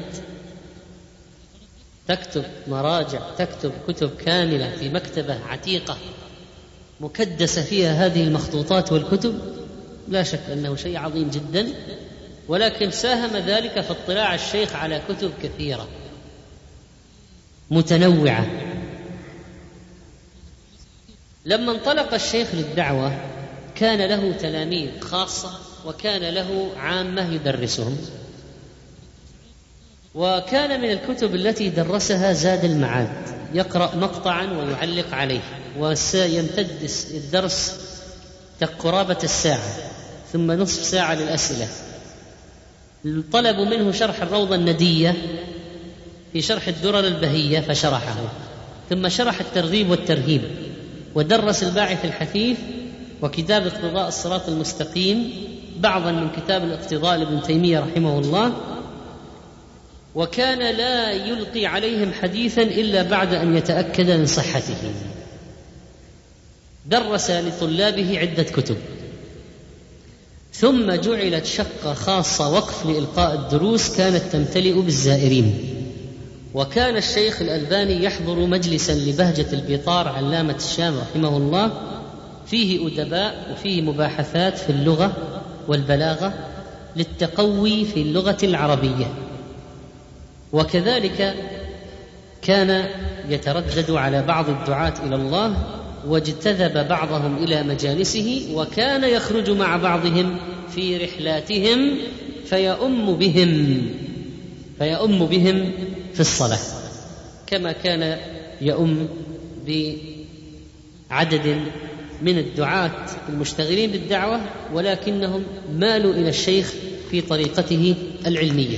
[SPEAKER 1] تكتب مراجع، تكتب كتب كاملة في مكتبة عتيقة مكدسة فيها هذه المخطوطات والكتب، لا شك أنه شيء عظيم جدا. ولكن ساهم ذلك في اطلاع الشيخ على كتب كثيرة متنوعة. لما انطلق الشيخ للدعوة كان له تلاميذ خاصة، وكان له عامة يدرسهم. وكان من الكتب التي درسها زاد المعاد، يقرأ مقطعا ويعلق عليه، وسيمتد الدرس قرابة الساعة، ثم نصف ساعة للأسئلة. طلبوا منه شرح الروضة الندية في شرح الدرر البهية فشرحه، ثم شرح الترغيب والترهيب، ودرس الباعث الحثيث وكتاب اقتضاء الصراط المستقيم، بعضا من كتاب الاقتضاء لابن تيمية رحمه الله. وكان لا يلقي عليهم حديثا إلا بعد أن يتأكد من صحته. درس لطلابه عدة كتب، ثم جعلت شقة خاصة وقف لإلقاء الدروس كانت تمتلئ بالزائرين. وكان الشيخ الألباني يحضر مجلسا لبهجة البيطار علامة الشام رحمه الله، فيه أدباء وفيه مباحثات في اللغة والبلاغة للتقوي في اللغة العربية. وكذلك كان يتردد على بعض الدعاة إلى الله، واجتذب بعضهم إلى مجالسه، وكان يخرج مع بعضهم في رحلاتهم فيؤم بهم في الصلاة، كما كان يؤم بعدد من الدعاة المشتغلين بالدعوة، ولكنهم مالوا إلى الشيخ في طريقته العلمية.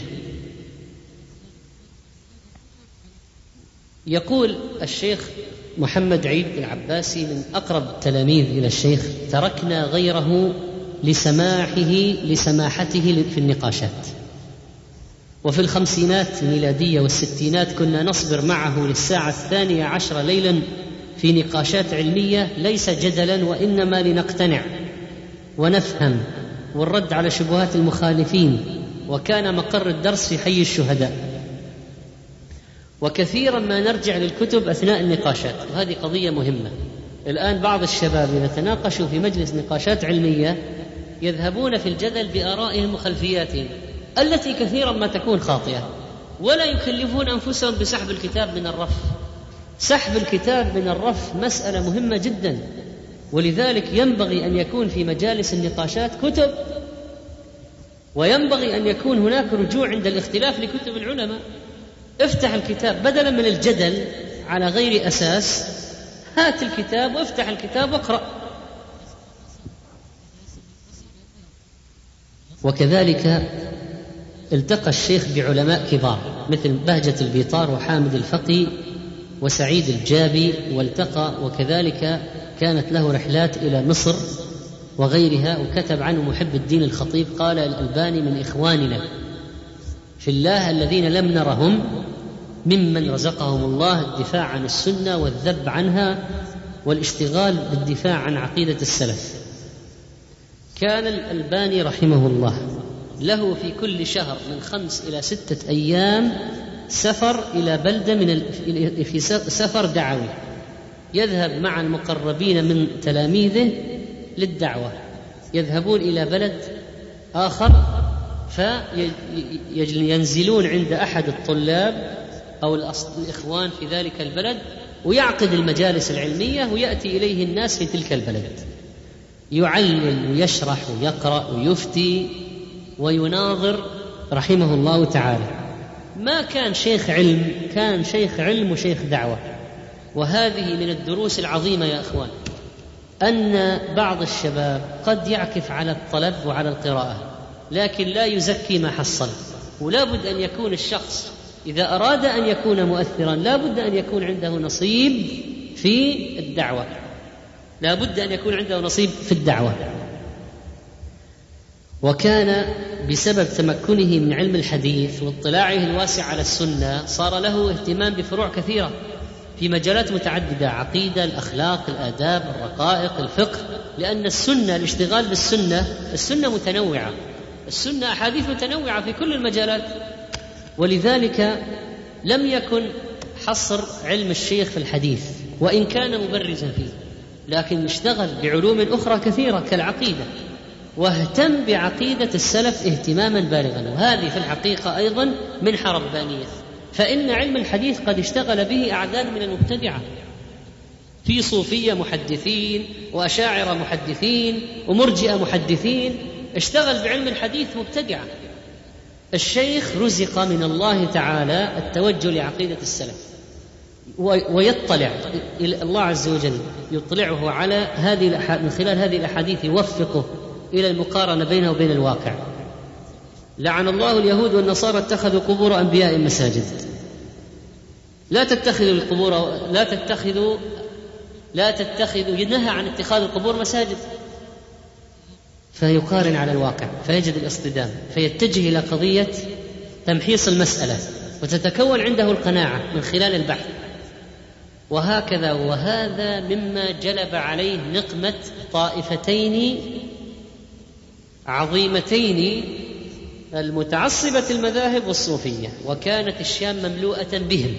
[SPEAKER 1] يقول الشيخ محمد عيد العباسي من أقرب التلاميذ إلى الشيخ: تركنا غيره لسماحته في النقاشات. وفي الخمسينات الميلادية والستينات كنا نصبر معه للساعة 12 ليلا في نقاشات علمية، ليس جدلا وإنما لنقتنع ونفهم، والرد على شبهات المخالفين، وكان مقر الدرس في حي الشهداء. وكثيرا ما نرجع للكتب أثناء النقاشات، وهذه قضية مهمة. الآن بعض الشباب إذا تناقشوا في مجلس نقاشات علمية يذهبون في الجدل بآرائهم وخلفياتهم التي كثيرا ما تكون خاطئة، ولا يكلفون أنفسهم بسحب الكتاب من الرف. سحب الكتاب من الرف مسألة مهمة جدا، ولذلك ينبغي أن يكون في مجالس النقاشات كتب، وينبغي أن يكون هناك رجوع عند الاختلاف لكتب العلماء. افتح الكتاب بدلا من الجدل على غير أساس، هات الكتاب وافتح الكتاب واقرأ. وكذلك التقى الشيخ بعلماء كبار مثل بهجة البيطار وحامد الفقي وسعيد الجابي، والتقى، وكذلك كانت له رحلات إلى مصر وغيرها. وكتب عنه محب الدين الخطيب قال: الألباني من إخواننا في الله الذين لم نرهم، ممن رزقهم الله الدفاع عن السنة والذب عنها والاشتغال بالدفاع عن عقيدة السلف. كان الألباني رحمه الله له في كل شهر من 5 إلى 6 أيام سفر إلى بلدة في سفر دعوي، يذهب مع المقربين من تلاميذه للدعوة، يذهبون إلى بلد آخر فينزلون عند أحد الطلاب أو الإخوان في ذلك البلد، ويعقد المجالس العلمية ويأتي إليه الناس في تلك البلد، يعلم ويشرح ويقرأ ويفتي ويناظر رحمه الله تعالى. ما كان شيخ علم، كان شيخ علم وشيخ دعوة. وهذه من الدروس العظيمة يا أخوان، أن بعض الشباب قد يعكف على الطلب وعلى القراءة لكن لا يزكي ما حصل. ولا بد أن يكون الشخص إذا أراد أن يكون مؤثرا لا بد أن يكون عنده نصيب في الدعوة، لا بد أن يكون عنده نصيب في الدعوة. وكان بسبب تمكنه من علم الحديث واطلاعه الواسع على السنة صار له اهتمام بفروع كثيرة في مجالات متعددة: عقيدة، الأخلاق، الآداب، الرقائق، الفقه. لأن السنة، الاشتغال بالسنة، السنة متنوعة، السنة أحاديث متنوعة في كل المجالات. ولذلك لم يكن حصر علم الشيخ في الحديث وإن كان مبرزا فيه، لكن اشتغل بعلوم أخرى كثيرة كالعقيدة، واهتم بعقيدة السلف اهتماما بالغا. وهذه في الحقيقة أيضا منحة ربانية، فإن علم الحديث قد اشتغل به أعداد من المبتدعة، في صوفية محدثين وأشاعرة محدثين ومرجئة محدثين، اشتغل بعلم الحديث مبتدعة. الشيخ رزق من الله تعالى التوجه لعقيدة السلف، ويطلع إلى الله عز وجل، يطلعه على هذه من خلال هذه الأحاديث، يوفقه إلى المقارنة بينه وبين الواقع. لعن الله اليهود والنصارى اتخذوا قبور أنبياء مساجد. لا تتخذوا القبور، لا تتخذوا، ينهى عن اتخاذ القبور مساجد. فيقارن على الواقع فيجد الاصطدام، فيتجه إلى قضية تمحيص المسألة، وتتكون عنده القناعة من خلال البحث. وهكذا، وهذا مما جلب عليه نقمة طائفتين عظيمتين، المتعصبة المذاهب والصوفية، وكانت الشام مملوءة بهم.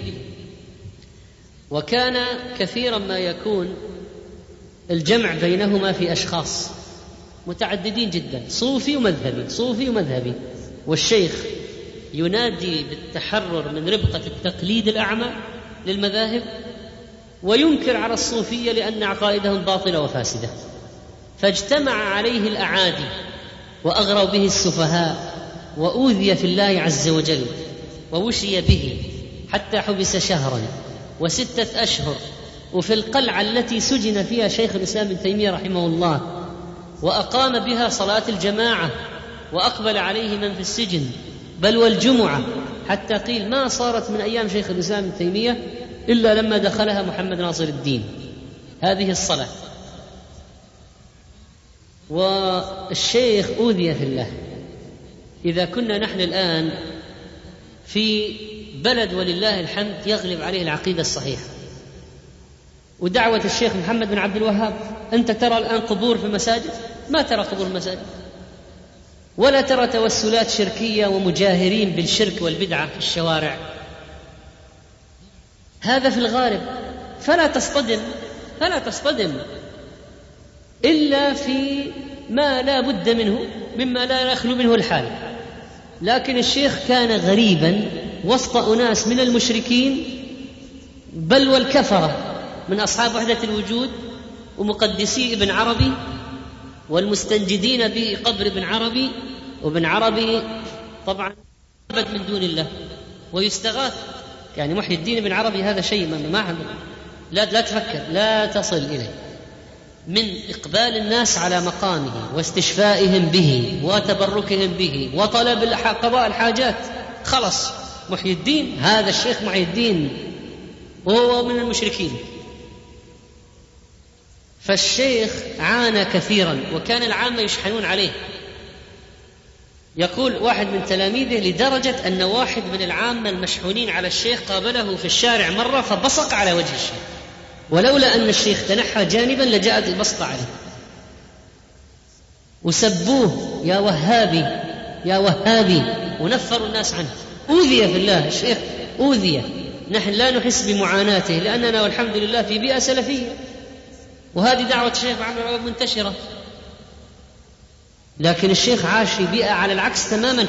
[SPEAKER 1] وكان كثيرا ما يكون الجمع بينهما في أشخاص متعددين جدا، صوفي ومذهبي، صوفي ومذهبي. والشيخ ينادي بالتحرر من ربقة التقليد الأعمى للمذاهب، وينكر على الصوفية لأن عقائدهم باطلة وفاسدة. فاجتمع عليه الأعادي وأغروا به السفهاء، وأوذي في الله عز وجل، ووشي به حتى حبس شهرا و6 أشهر، وفي القلعة التي سجن فيها شيخ الإسلام ابن تيمية رحمه الله، وأقام بها صلاة الجماعة، وأقبل عليه من في السجن، بل والجمعة، حتى قيل ما صارت من أيام شيخ الإسلام ابن تيمية إلا لما دخلها محمد ناصر الدين هذه الصلاة. والشيخ أوذي في الله. إذا كنا نحن الآن في بلد ولله الحمد يغلب عليه العقيدة الصحيحة ودعوة الشيخ محمد بن عبد الوهاب، أنت ترى الآن قبور في المساجد؟ ما ترى قبور في المساجد، ولا ترى توسلات شركية ومجاهرين بالشرك والبدعة في الشوارع. هذا في الغالب، فلا تصطدم إلا في ما لا بد منه مما لا يخلو منه الحال. لكن الشيخ كان غريبا وسط أناس من المشركين بل والكفرة من أصحاب وحدة الوجود ومقدسي ابن عربي والمستنجدين بقبر ابن عربي، وابن عربي طبعا عبد من دون الله ويستغاث. يعني محي الدين ابن عربي هذا شيء ما لا تفكر، لا تصل إليه من إقبال الناس على مقامه واستشفائهم به وتبركهم به وطلب قضاء الحاجات. خلص محي الدين، هذا الشيخ محي الدين وهو من المشركين. فالشيخ عانى كثيرا وكان العامة يشحنون عليه. يقول واحد من تلاميذه لدرجة أن واحد من العامة المشحونين على الشيخ قابله في الشارع مرة فبصق على وجه الشيخ، ولولا أن الشيخ تنحى جانبا لجاءت البسطة عليه وسبوه يا وهابي يا وهابي ونفروا الناس عنه. أوذي في الله الشيخ، أوذي. نحن لا نحس بمعاناته لأننا والحمد لله في بيئة سلفية، وهذه دعوة الشيخ محمد بن عبد منتشرة. لكن الشيخ عاش في بيئة على العكس تماما،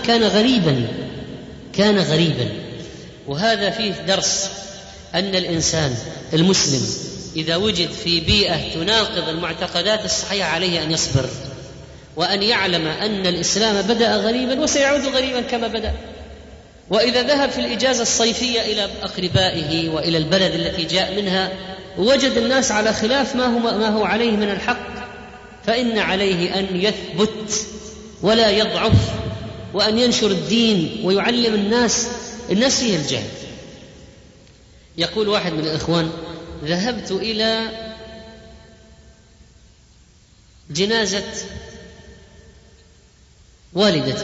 [SPEAKER 1] كان غريبا. وهذا فيه درس أن الإنسان المسلم إذا وجد في بيئة تناقض المعتقدات الصحيحة عليه أن يصبر، وأن يعلم أن الإسلام بدأ غريبا وسيعود غريبا كما بدأ. وإذا ذهب في الإجازة الصيفية إلى أقربائه وإلى البلد التي جاء منها ووجد الناس على خلاف ما هو عليه من الحق، فإن عليه أن يثبت ولا يضعف، وأن ينشر الدين ويعلم الناس فيه الجهل. يقول واحد من الإخوان: ذهبت إلى جنازة والدتي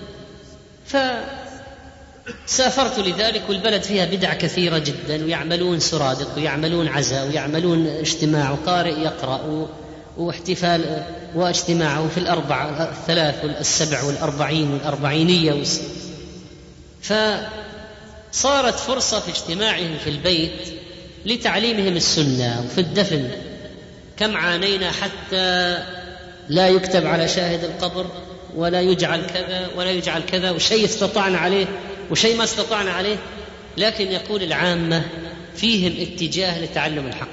[SPEAKER 1] فسافرت لذلك، والبلد فيها بدع كثيرة جدا، ويعملون سرادق ويعملون عزاء ويعملون اجتماع وقارئ يقرأ واحتفال واجتماع في الأربع الثلاث والسبع والأربعين والأربعينية. فصارت فرصة في اجتماعهم في البيت لتعليمهم السنة وفي الدفن. كم عانينا حتى لا يكتب على شاهد القبر ولا يجعل كذا ولا يجعل كذا، وشيء استطعنا عليه وشيء ما استطعنا عليه. لكن يقول العامة فيهم اتجاه لتعلم الحق،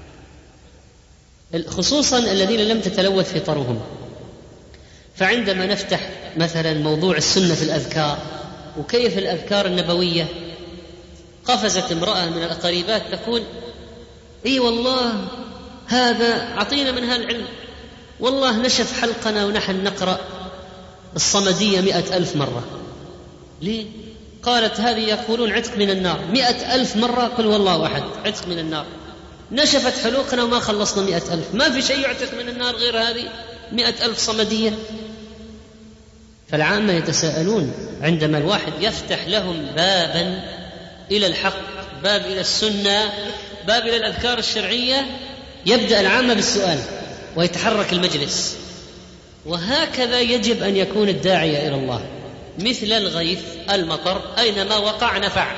[SPEAKER 1] خصوصا الذين لم تتلوث فطرهم. فعندما نفتح مثلا موضوع السنة في الأذكار وكيف الأذكار النبوية، قفزت امرأة من القريبات تقول: اي والله هذا عطينا من هالعلم، والله نشف حلقنا ونحن نقرأ الصمدية 100,000 مرة. ليه؟ قالت: هذه يقولون عتق من النار 100,000 مرة، قل والله أحد عتق من النار. نشفت حلوقنا وما خلصنا 100,000، ما في شيء يعتق من النار غير هذه 100,000 صمدية. فالعامة يتساءلون عندما الواحد يفتح لهم بابا إلى الحق، باب إلى السنة، باب إلى الأذكار الشرعية، يبدأ العامة بالسؤال ويتحرك المجلس. وهكذا يجب أن يكون الداعية إلى الله، مثل الغيث المطر أينما وقع نفع.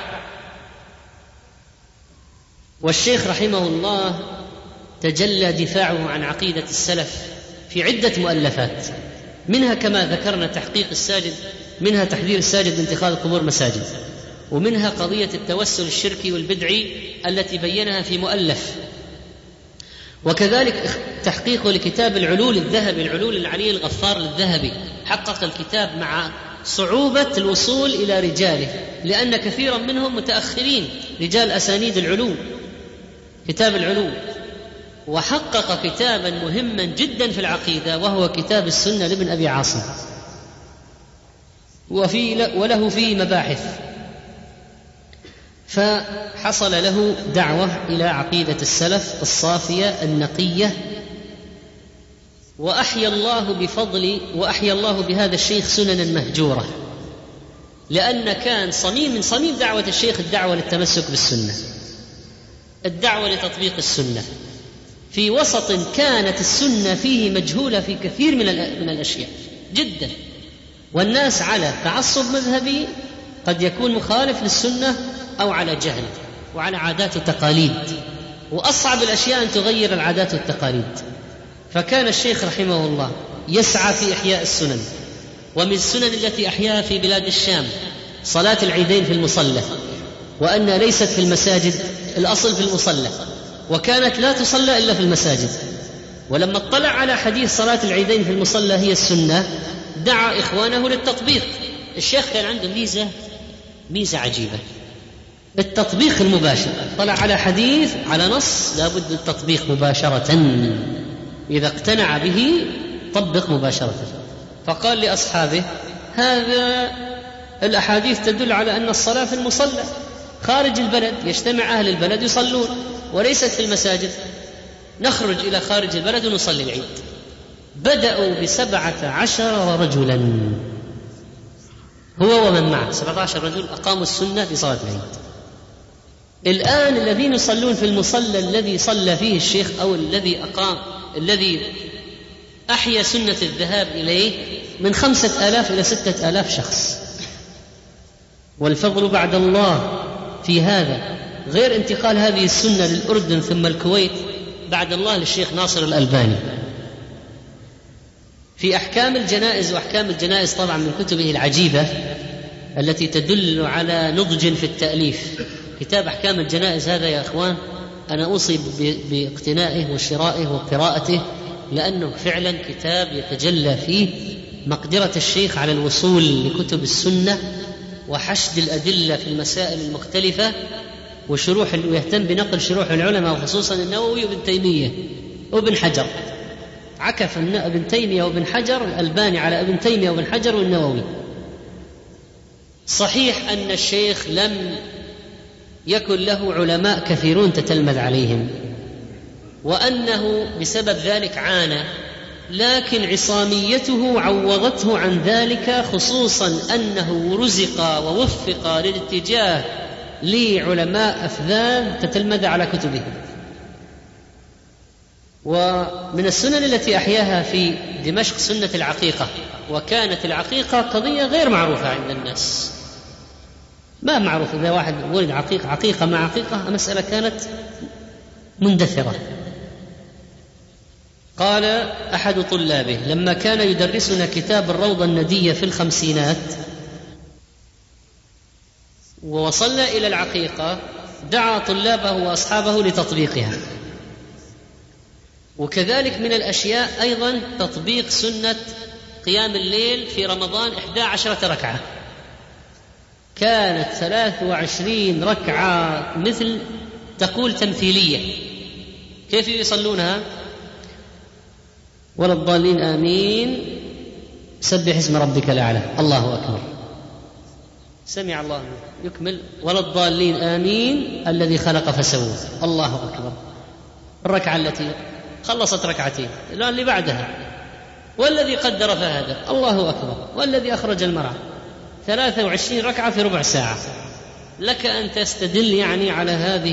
[SPEAKER 1] والشيخ رحمه الله تجلى دفاعه عن عقيدة السلف في عدة مؤلفات، منها كما ذكرنا تحقيق الساجد، منها تحذير الساجد من اتخاذ القبور مساجد، ومنها قضية التوسل الشركي والبدعي التي بينها في مؤلف، وكذلك تحقيقه لكتاب العلول الذهبي، العلول العلي الغفار للذهبي. حقق الكتاب مع صعوبة الوصول إلى رجاله، لأن كثيرا منهم متأخرين، رجال أسانيد العلو، كتاب العلو. وحقق كتابا مهما جدا في العقيدة وهو كتاب السنة لابن أبي عاصم، وله فيه مباحث. فحصل له دعوة إلى عقيدة السلف الصافية النقية وأحيا الله بهذا الشيخ سننا مهجورة، لأن كان من صميم دعوة الشيخ الدعوة للتمسك بالسنة، الدعوة لتطبيق السنة في وسط كانت السنة فيه مجهولة في كثير من الأشياء جدا، والناس على تعصب مذهبي قد يكون مخالف للسنة أو على جهل وعلى عادات وتقاليد، وأصعب الأشياء أن تغير العادات والتقاليد. فكان الشيخ رحمه الله يسعى في إحياء السنن، ومن السنن التي أحياها في بلاد الشام صلاة العيدين في المصلى، وأنها ليست في المساجد، الأصل في المصلى، وكانت لا تصلى إلا في المساجد. ولما اطلع على حديث صلاة العيدين في المصلى هي السنة دعا إخوانه للتطبيق. الشيخ كان عنده ميزة عجيبة، التطبيق المباشر. طلع على حديث على نص لابد التطبيق مباشرة، إذا اقتنع به طبق مباشرة. فقال لأصحابه هذا الأحاديث تدل على أن الصلاة في المصلى خارج البلد، يجتمع أهل البلد يصلون، وليست في المساجد، نخرج إلى خارج البلد ونصلي العيد. بدأوا 17 رجلا، هو ومن معه 17 رجل أقاموا السنة في صلاة العيد. الآن الذين يصلون في المصلى الذي صلى فيه الشيخ أو الذي أحيا سنة الذهاب إليه من 5000 إلى 6000 شخص، والفضل بعد الله في هذا، غير انتقال هذه السنة للأردن ثم الكويت، بعد الله للشيخ ناصر الألباني في أحكام الجنائز. وأحكام الجنائز طبعا من كتبه العجيبة التي تدل على نضج في التأليف. كتاب أحكام الجنائز هذا يا أخوان أنا أوصي باقتنائه وشرائه وقراءته، لأنه فعلا كتاب يتجلى فيه مقدرة الشيخ على الوصول لكتب السنة وحشد الأدلة في المسائل المختلفة، ويهتم بنقل شروح العلماء وخصوصا النووي وابن تيمية وابن حجر. عكف ابن تيمية وابن حجر، الألباني على ابن تيمية وابن حجر والنووي. صحيح أن الشيخ لم يكن له علماء كثيرون تتلمذ عليهم، وأنه بسبب ذلك عانى، لكن عصاميته عوضته عن ذلك، خصوصا أنه رزق ووفق للاتجاه لعلماء أفذاذ تتلمذ على كتبه. ومن السنن التي أحياها في دمشق سنة العقيقة، وكانت العقيقة قضية غير معروفة عند الناس، ما معروف إذا واحد ولد عقيقة مع عقيقة، مسألة كانت مندثرة. قال أحد طلابه لما كان يدرسنا كتاب الروضة الندية في الخمسينات ووصلنا إلى العقيقة، دعا طلابه وأصحابه لتطبيقها. وكذلك من الأشياء أيضا تطبيق سنة قيام الليل في رمضان 11 ركعة، كانت 23 ركعة مثل تقول تمثيلية. كيف يصلونها؟ ولا الضالين آمين، سبح اسم ربك الأعلى، الله أكبر، سمع الله يكمل، ولا الضالين آمين، الذي خلق فسوى، الله أكبر. الركعة التي خلصت ركعتين، الآن اللي بعدها والذي قدر فهدى، الله أكبر، والذي أخرج المرعى. 23 ركعة في ربع ساعة. لك أن تستدل يعني على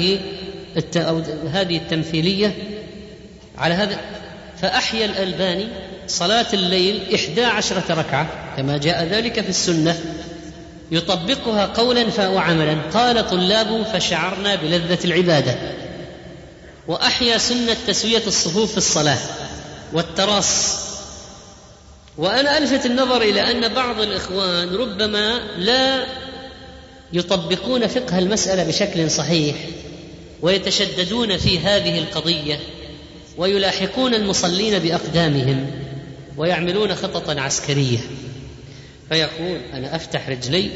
[SPEAKER 1] هذه التمثيلية على هذا. فأحيا الألباني صلاة الليل 11 ركعة كما جاء ذلك في السنة، يطبقها قولا وعملا. قال طلابه فشعرنا بلذة العبادة. وأحيا سنة تسوية الصفوف في الصلاة والتراص. وأنا ألفت النظر إلى أن بعض الإخوان ربما لا يطبقون فقه المسألة بشكل صحيح، ويتشددون في هذه القضية، ويلاحقون المصلين بأقدامهم، ويعملون خططا عسكرية. فيقول أنا أفتح رجلي،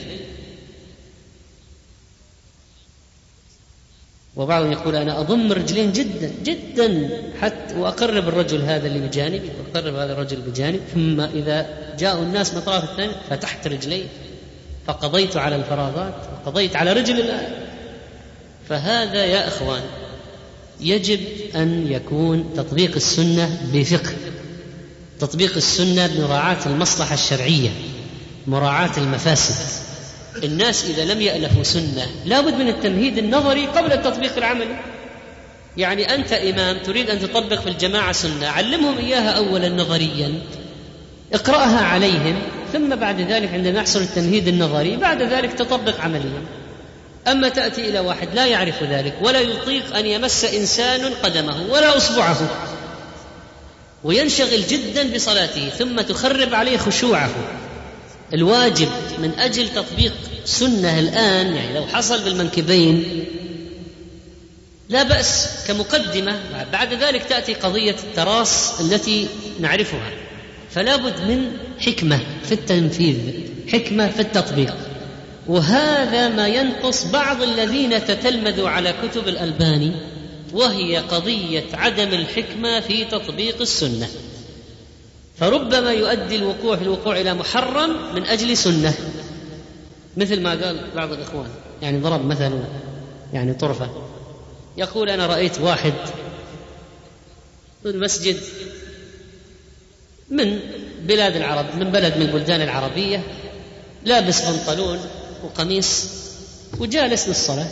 [SPEAKER 1] وبعضهم يقول أنا أضم رجلين جدا جدا حتى وأقرب الرجل هذا اللي بجانبي وأقرب هذا الرجل بجانب، ثم إذا جاءوا الناس من الطرف الثاني فتحت رجلي فقضيت على الفراغات وقضيت على رجل الآن. فهذا يا أخوان يجب أن يكون تطبيق السنة بفقه، تطبيق السنة بمراعاة المصلحة الشرعية، مراعاة المفاسد. الناس إذا لم يألفوا سنة لابد من التمهيد النظري قبل التطبيق العملي. يعني أنت إمام تريد أن تطبق في الجماعة سنة، علمهم إياها أولا نظريا، اقرأها عليهم، ثم بعد ذلك عندما يحصل التمهيد النظري بعد ذلك تطبق عمليا. أما تأتي إلى واحد لا يعرف ذلك ولا يطيق أن يمس إنسان قدمه ولا أصبعه وينشغل جدا بصلاته ثم تخرب عليه خشوعه. الواجب من أجل تطبيق سنة الآن، يعني لو حصل بالمنكبين لا بأس كمقدمة، بعد ذلك تأتي قضية التراص التي نعرفها. فلا بد من حكمة في التنفيذ، حكمة في التطبيق. وهذا ما ينقص بعض الذين تتلمذوا على كتب الألباني، وهي قضية عدم الحكمة في تطبيق السنة. فربما يؤدي الوقوع إلى محرم من أجل سنة، مثل ما قال بعض الإخوان، يعني ضرب مثلا يعني طرفة، يقول أنا رأيت واحد في المسجد من بلاد العرب، من بلد من البلدان العربية، لابس بنطلون وقميص وجالس للصلاة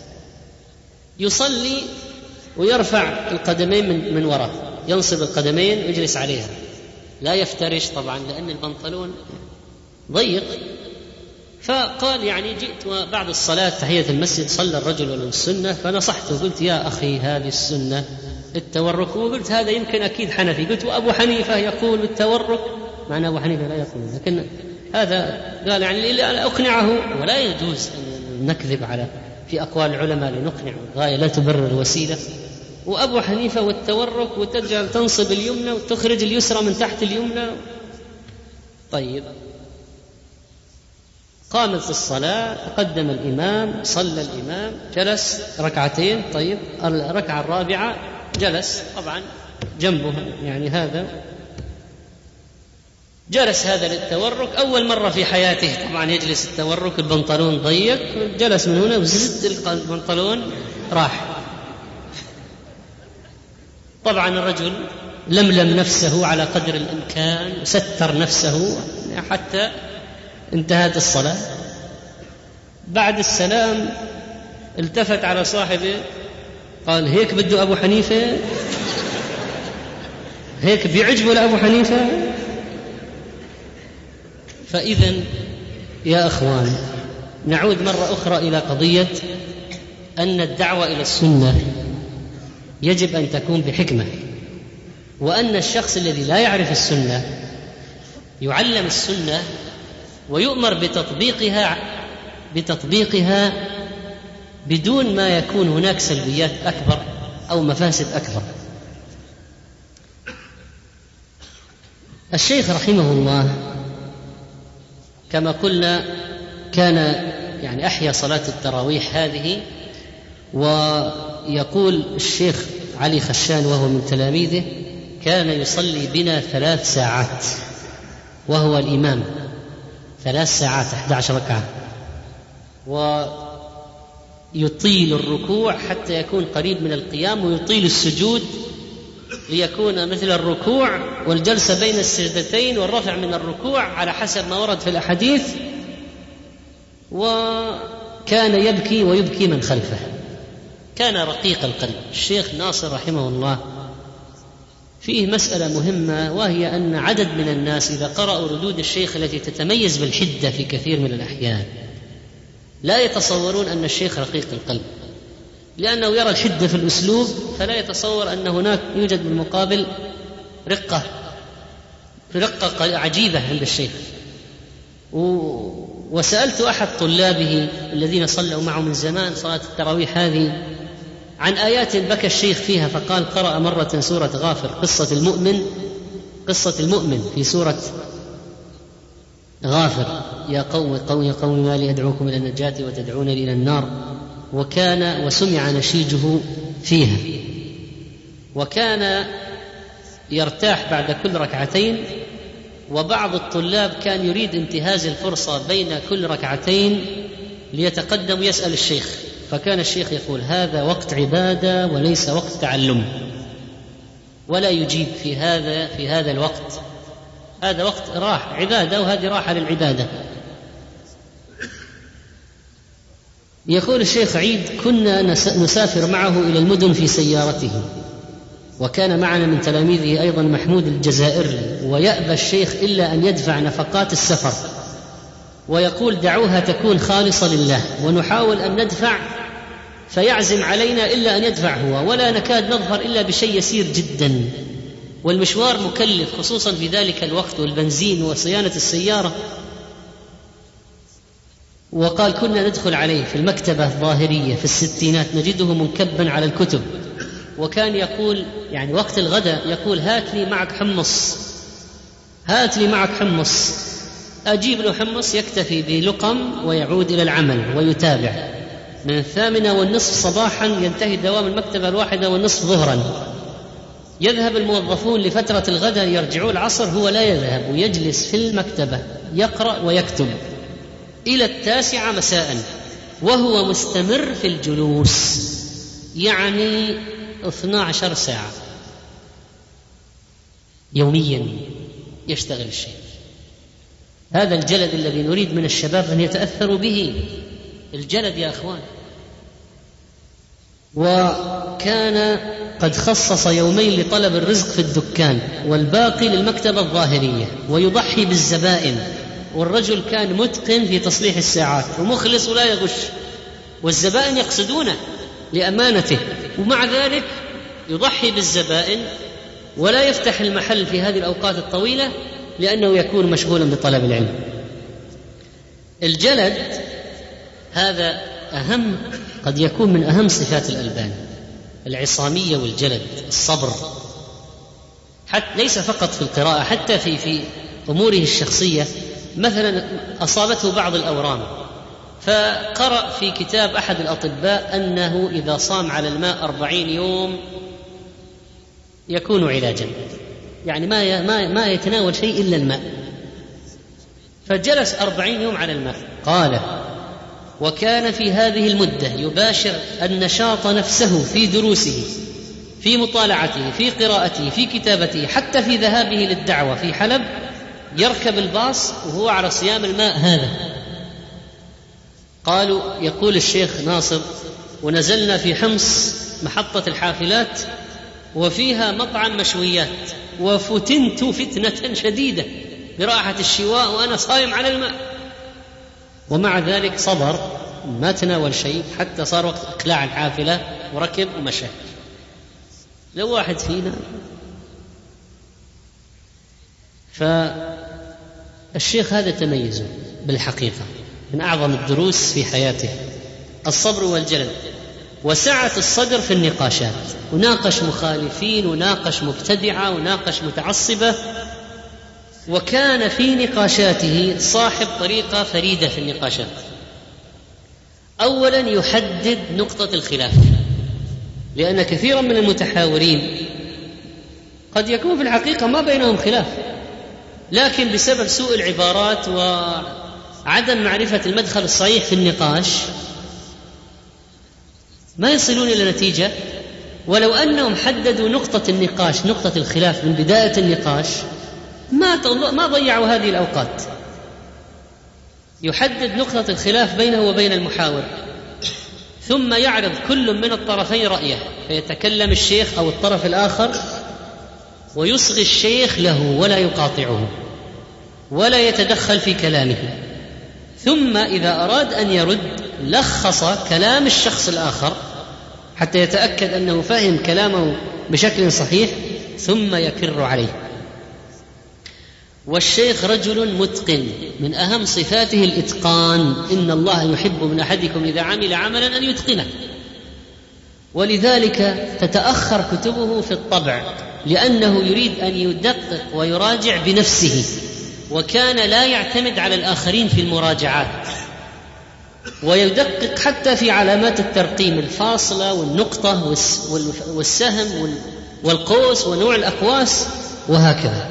[SPEAKER 1] يصلي ويرفع القدمين من وراء، ينصب القدمين ويجلس عليها، لا يفترش طبعا لأن البنطلون ضيق. فقال يعني جئت وبعد الصلاة تحية المسجد صلى الرجل السنة، فنصحته قلت يا أخي هذه السنة التورك، وقلت هذا يمكن أكيد حنفي، قلت وأبو حنيفة يقول بالتورك، معنى أبو حنيفة لا يقول، لكن هذا قال يعني إلا أقنعه، ولا يجوز أن نكذب على في أقوال العلماء لنقنع، الغاية لا تبرر الوسيلة. وأبو حنيفة والتورك وتجعل تنصب اليمنى وتخرج اليسرى من تحت اليمنى. طيب قامت الصلاة، تقدم الإمام، صلى الإمام، جلس ركعتين. طيب الركعة الرابعة جلس طبعا جنبه، يعني هذا جلس هذا للتورك، أول مرة في حياته طبعا يجلس التورك، البنطلون ضيق، جلس من هنا وزد البنطلون راح. طبعا الرجل لملم نفسه على قدر الإمكان وستر نفسه حتى انتهت الصلاة. بعد السلام التفت على صاحبه قال هيك بده أبو حنيفة، هيك بيعجبه لأبو حنيفة. فإذا يا أخوان نعود مرة أخرى إلى قضية أن الدعوة إلى السنة يجب أن تكون بحكمة، وأن الشخص الذي لا يعرف السنة يعلم السنة ويؤمر بتطبيقها بدون ما يكون هناك سلبيات أكبر أو مفاسد أكبر. الشيخ رحمه الله كما قلنا كان يعني أحيا صلاة التراويح هذه، ويقول الشيخ علي خشان وهو من تلاميذه كان يصلي بنا 3 ساعات وهو الإمام، 3 ساعات 11 ركعة، ويطيل الركوع حتى يكون قريب من القيام، ويطيل السجود ليكون مثل الركوع، والجلسة بين السجدتين والرفع من الركوع على حسب ما ورد في الأحاديث. وكان يبكي ويبكي من خلفه، كان رقيق القلب. الشيخ ناصر رحمه الله فيه مسألة مهمة، وهي أن عدد من الناس إذا قرأوا ردود الشيخ التي تتميز بالحدة في كثير من الأحيان لا يتصورون أن الشيخ رقيق القلب، لأنه يرى الحدة في الأسلوب فلا يتصور أن هناك يوجد بالمقابل رقة عجيبة عند الشيخ. وسألت أحد طلابه الذين صلوا معه من زمان صلاة التراويح هذه عن آيات بكى الشيخ فيها، فقال قرأ مرة سورة غافر، قصة المؤمن في سورة غافر، يا قوم ما لي أدعوكم إلى النجاة وتدعونني إلى النار، وسمع نشيجه فيها. وكان يرتاح بعد كل ركعتين، وبعض الطلاب كان يريد انتهاز الفرصة بين كل ركعتين ليتقدم ويسأل الشيخ، فكان الشيخ يقول هذا وقت عبادة وليس وقت تعلم، ولا يجيب في هذا الوقت هذا وقت راح عبادة وهذه راحة للعبادة. يقول الشيخ عيد: كنا نسافر معه إلى المدن في سيارته، وكان معنا من تلاميذه أيضا محمود الجزائري، ويأبى الشيخ إلا أن يدفع نفقات السفر، ويقول: دعوها تكون خالصة لله، ونحاول أن ندفع فيعزم علينا إلا أن يدفع هو، ولا نكاد نظهر إلا بشيء يسير جدا، والمشوار مكلف خصوصا في ذلك الوقت، والبنزين وصيانة السيارة. وقال: كنا ندخل عليه في المكتبة الظاهرية في الستينات نجده منكبا على الكتب، وكان يقول يعني وقت الغداء يقول: هات لي معك حمص، هات لي معك حمص. أجيب له حمص، يكتفي بلقم ويعود إلى العمل ويتابع. من 8:30 صباحا ينتهي دوام المكتبة 1:30 ظهرا. يذهب الموظفون لفترة الغداء، يرجعون العصر، هو لا يذهب ويجلس في المكتبة يقرأ ويكتب إلى 9 مساء، وهو مستمر في الجلوس، يعني 12 ساعة يوميا يشتغل الشيء. هذا الجلد الذي نريد من الشباب أن يتأثروا به، الجلد يا أخوان. وكان قد خصص يومين لطلب الرزق في الدكان، والباقي للمكتبة الظاهرية، ويضحي بالزبائن. والرجل كان متقن في تصليح الساعات ومخلص ولا يغش، والزبائن يقصدونه لأمانته، ومع ذلك يضحي بالزبائن ولا يفتح المحل في هذه الأوقات الطويلة، لأنه يكون مشغولا بطلب العلم. الجلد هذا أهم، قد يكون من أهم صفات الألبان، العصامية والجلد، الصبر، حتى ليس فقط في القراءة، حتى في أموره الشخصية. مثلا أصابته بعض الأورام، فقرأ في كتاب أحد الأطباء أنه إذا صام على الماء 40 يوم يكون علاجا، يعني ما يتناول شيء إلا الماء. فجلس 40 يوم على الماء. قال: وكان في هذه المدة يباشر النشاط نفسه في دروسه، في مطالعته، في قراءته، في كتابته، حتى في ذهابه للدعوة في حلب يركب الباص وهو على صيام الماء هذا. قالوا، يقول الشيخ ناصر: ونزلنا في حمص محطة الحافلات وفيها مطعم مشويات، وفتنت فتنة شديدة برائحة الشواء وأنا صايم على الماء، ومع ذلك صبر، ما تناول شيء حتى صار وقت إقلاع الحافلة وركب ومشى. لو واحد فينا. فالشيخ هذا تميزه بالحقيقة، من أعظم الدروس في حياته الصبر والجلد، وسعة الصدر في النقاشات، وناقش مخالفين وناقش مبتدعة وناقش متعصبة. وكان في نقاشاته صاحب طريقة فريدة في النقاشات. أولا يحدد نقطة الخلاف، لأن كثيرا من المتحاورين قد يكون في الحقيقة ما بينهم خلاف، لكن بسبب سوء العبارات وعدم معرفة المدخل الصحيح في النقاش ما يصلون إلى نتيجة. ولو أنهم حددوا نقطة النقاش، نقطة الخلاف من بداية النقاش، ما ضيعوا هذه الأوقات. يحدد نقطة الخلاف بينه وبين المحاور، ثم يعرض كل من الطرفين رأيه، فيتكلم الشيخ أو الطرف الآخر ويصغي الشيخ له ولا يقاطعه ولا يتدخل في كلامه. ثم إذا أراد أن يرد لخص كلام الشخص الآخر حتى يتأكد أنه فهم كلامه بشكل صحيح، ثم يكر عليه. والشيخ رجل متقن، من أهم صفاته الإتقان، إن الله يحب من أحدكم إذا عمل عملا أن يتقنه. ولذلك تتأخر كتبه في الطبع، لأنه يريد أن يدقق ويراجع بنفسه، وكان لا يعتمد على الآخرين في المراجعات، ويدقق حتى في علامات الترقيم، الفاصلة والنقطة والسهم والقوس ونوع الأقواس وهكذا.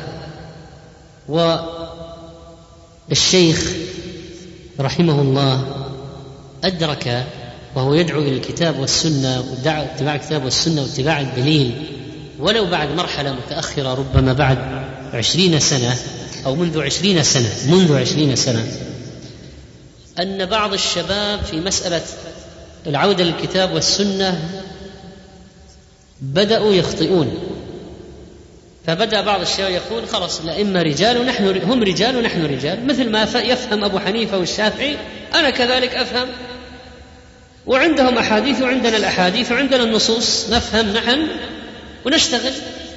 [SPEAKER 1] والشيخ رحمه الله أدرك وهو يدعو إلى الكتاب والسنة، واتباع الكتاب والسنة واتباع الدليل، ولو بعد مرحلة متأخرة ربما بعد 20 سنة، أو منذ 20 سنة أن بعض الشباب في مسألة العودة للكتاب والسنة بدأوا يخطئون، فبدأ بعض الشباب يقول خلاص الأئمة رجال هم رجال ونحن رجال، مثل ما يفهم أبو حنيفة والشافعي أنا كذلك أفهم، وعندهم أحاديث وعندنا الأحاديث وعندنا النصوص، نفهم نحن ونشتغل.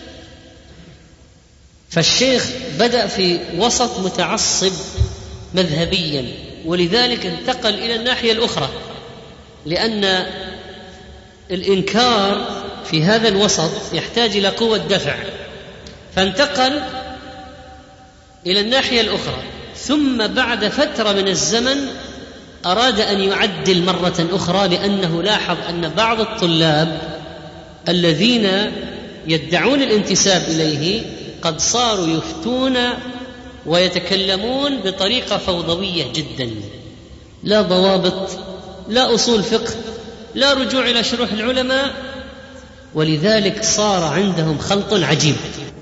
[SPEAKER 1] فالشيخ بدأ في وسط متعصب مذهبيا، ولذلك انتقل إلى الناحية الأخرى، لأن الإنكار في هذا الوسط يحتاج إلى قوة دفع، فانتقل إلى الناحية الأخرى. ثم بعد فترة من الزمن أراد أن يعدل مرة أخرى، لأنه لاحظ أن بعض الطلاب الذين يدعون الانتساب إليه قد صاروا يفتون ويتكلمون بطريقة فوضوية جدا، لا ضوابط، لا أصول فقه، لا رجوع إلى شروح العلماء، ولذلك صار عندهم خلط عجيب.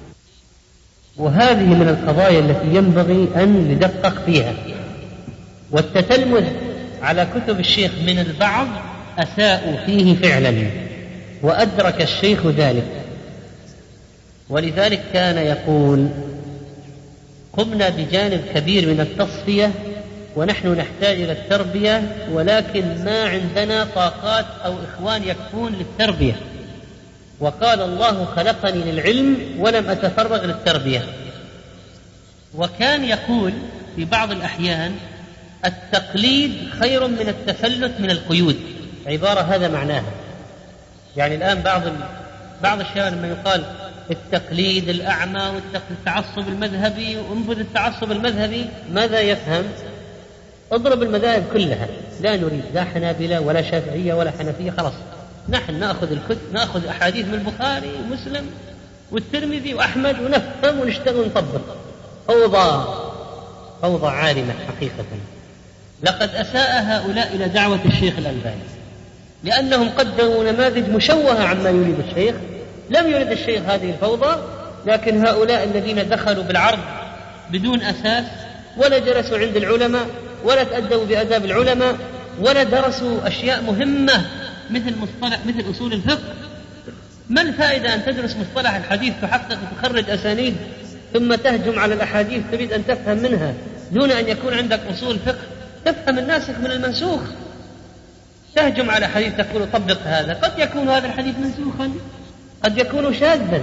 [SPEAKER 1] وهذه من القضايا التي ينبغي أن ندقق فيها. والتتلمذ على كتب الشيخ من البعض أساءوا فيه فعلا، وأدرك الشيخ ذلك، ولذلك كان يقول قمنا بجانب كبير من التصفية ونحن نحتاج إلى التربية، ولكن ما عندنا طاقات أو إخوان يكفون للتربية، وقال الله خلقني للعلم ولم أتفرغ للتربية. وكان يقول في بعض الأحيان التقليد خير من التفلت من القيود، عبارة هذا معناها. يعني الآن بعض الشباب لما يقال التقليد الأعمى والتعصب المذهبي وانبذ التعصب المذهبي، ماذا يفهم؟ اضرب المذاهب كلها، لا نريد لا حنابلة ولا شافعية ولا حنفية، خلاص نحن نأخذ أحاديث من البخاري ومسلم والترمذي وأحمد ونفهم ونشتغل ونطبق. فوضى عارمة حقيقة. لقد أساء هؤلاء إلى دعوة الشيخ الألباني، لأنهم قدموا نماذج مشوهة عما يريد الشيخ. لم يرد الشيخ هذه الفوضى، لكن هؤلاء الذين دخلوا بالعرض بدون أساس، ولا جلسوا عند العلماء، ولا تأدبوا بآداب العلماء، ولا درسوا أشياء مهمة مثل أصول الفقه. ما الفائدة أن تدرس مصطلح الحديث تحقق وتخرج أسانيد، ثم تهجم على الأحاديث تريد أن تفهم منها دون أن يكون عندك أصول فقه تفهم الناسخ من المنسوخ؟ تهجم على حديث تقول طبق هذا، قد يكون هذا الحديث منسوخا، قد يكون شاذا.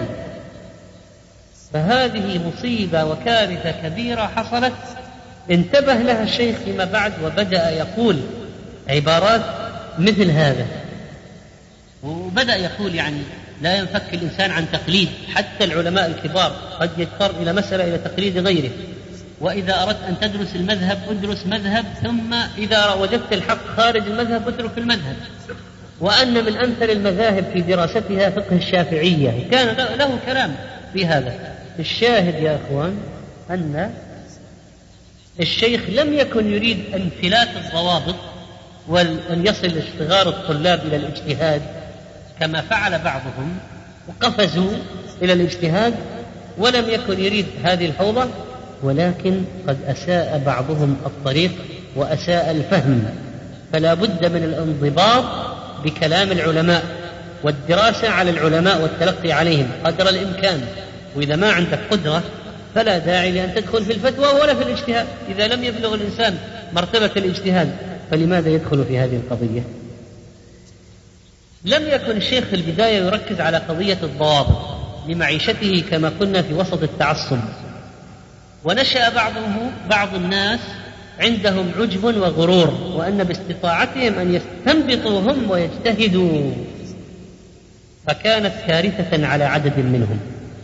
[SPEAKER 1] فهذه مصيبة وكارثة كبيرة حصلت، انتبه لها الشيخ فيما بعد وبدأ يقول عبارات مثل هذا، وبدأ يقول يعني لا ينفك الإنسان عن تقليد حتى العلماء الكبار، قد يضطر إلى مسألة إلى تقليد غيره، وإذا أردت أن تدرس المذهب ادرس مذهب، ثم إذا وجدت الحق خارج المذهب اترك المذهب. وأن من أمثل المذاهب في دراستها فقه الشافعية، كان له كلام في هذا. الشاهد يا أخوان أن الشيخ لم يكن يريد انفلات الضوابط وأن يصل صغار الطلاب إلى الاجتهاد كما فعل بعضهم وقفزوا إلى الاجتهاد، ولم يكن يريد هذه الفوضى، ولكن قد أساء بعضهم الطريق وأساء الفهم. فلا بد من الانضباط بكلام العلماء والدراسة على العلماء والتلقي عليهم قدر الإمكان. وإذا ما عندك قدرة فلا داعي لأن تدخل في الفتوى ولا في الاجتهاد. إذا لم يبلغ الإنسان مرتبة الاجتهاد فلماذا يدخل في هذه القضية؟ لم يكن الشيخ في البداية يركز على قضية الضوابط لمعيشته كما قلنا في وسط التعصب، ونشأ بعض الناس عندهم عجب وغرور، وأن باستطاعتهم أن يستنبطوا هم ويجتهدوا، فكانت كارثة على عدد منهم.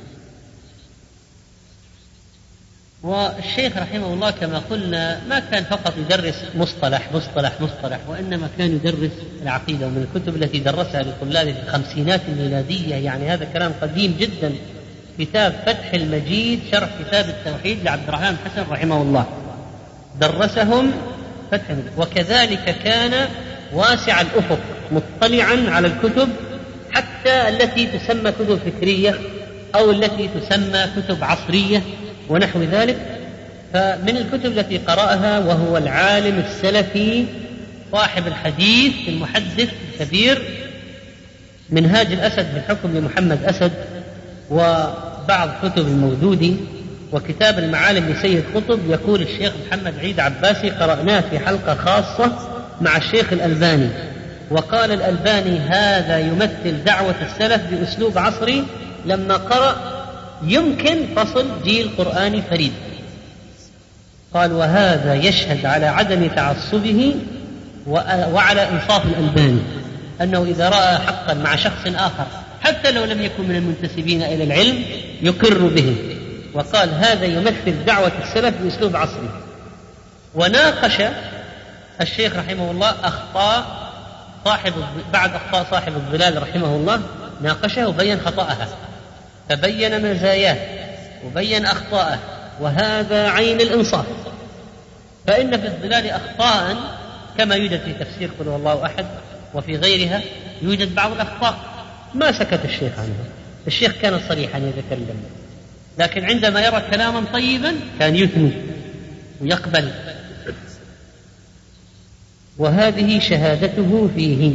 [SPEAKER 1] والشيخ رحمه الله كما قلنا ما كان فقط يدرس مصطلح، وإنما كان يدرس العقيدة، ومن الكتب التي درسها لطلابه في الخمسينات الميلادية، يعني هذا كلام قديم جدا، كتاب فتح المجيد شرح كتاب التوحيد لعبد الرحمن حسن رحمه الله، درسهم فتح المجيد. وكذلك كان واسع الأفق مطلعا على الكتب حتى التي تسمى كتب فكرية أو التي تسمى كتب عصرية ونحو ذلك، فمن الكتب التي قرأها وهو العالم السلفي صاحب الحديث المحدث الكبير منهاج الأسد في الحكم لمحمد أسد، وبعض كتب المودودي، وكتاب المعالم لسيد قطب. يقول الشيخ محمد عيد عباسي: قرأناه في حلقة خاصة مع الشيخ الألباني، وقال الألباني: هذا يمثل دعوة السلف بأسلوب عصري. لما قرأ يمكن فصل جيل قرآني فريد. قال: وهذا يشهد على عدم تعصبه وعلى إنصاف الألباني، أنه إذا رأى حقا مع شخص آخر حتى لو لم يكن من المنتسبين إلى العلم يقر به. وقال: هذا يمثل دعوة السلف بأسلوب عصري. وناقش الشيخ رحمه الله بعد أخطاء صاحب الظلال رحمه الله، ناقشه وبين خطأها، فبين مزاياه وبين أخطاءه، وهذا عين الإنصاف. فإن في الظلال أخطاء كما يوجد في تفسير قل هو الله أحد، وفي غيرها يوجد بعض الأخطاء ما سكت الشيخ عنها. الشيخ كان صريحا يتكلم، لكن عندما يرى كلاما طيبا كان يثني ويقبل، وهذه شهادته فيه.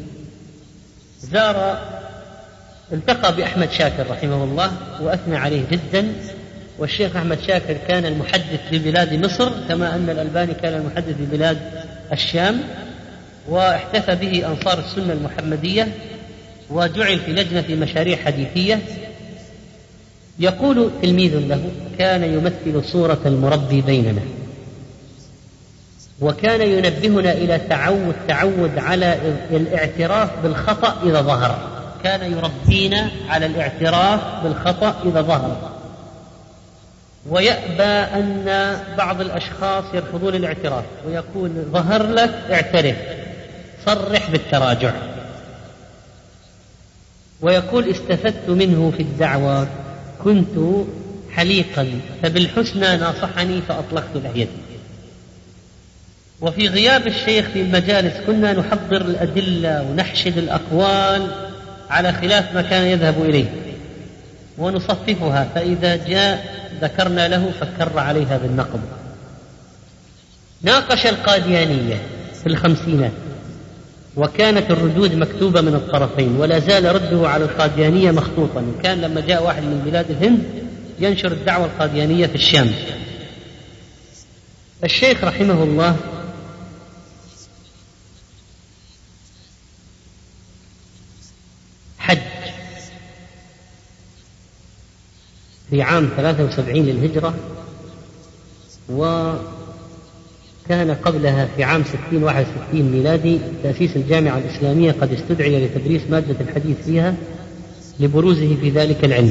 [SPEAKER 1] التقى بأحمد شاكر رحمه الله وأثنى عليه جدا، والشيخ أحمد شاكر كان المحدث ببلاد مصر كما أن الألباني كان المحدث ببلاد الشام، واحتفى به أنصار السنة المحمدية، وجعل في لجنة مشاريع حديثية. يقول تلميذ له: كان يمثل صورة المربي بيننا، وكان ينبهنا إلى تعود على الاعتراف بالخطأ إذا ظهر. كان يربينا على الاعتراف بالخطأ إذا ظهر، ويأبى أن بعض الأشخاص يرفضون الاعتراف، ويقول: ظهر لك اعترف، صرح بالتراجع. ويقول: استفدت منه في الدعوة، كنت حليقا فبالحسنى ناصحني فأطلقت لحيتي. وفي غياب الشيخ في المجالس كنا نحضر الأدلة ونحشد الأقوال على خلاف ما كان يذهب إليه ونصففها، فإذا جاء ذكرنا له فكر عليها بالنقد. ناقش القاديانية في الخمسينات، وكانت الردود مكتوبة من الطرفين، ولا زال رده على القاديانية مخطوطا. كان لما جاء واحد من بلاد الهند ينشر الدعوة القاديانية في الشام. الشيخ رحمه الله حج في عام 73 للهجرة، وكان قبلها في عام 60-61 ميلادي تأسيس الجامعة الإسلامية قد استدعي لتدريس مادة الحديث فيها لبروزه في ذلك العلم،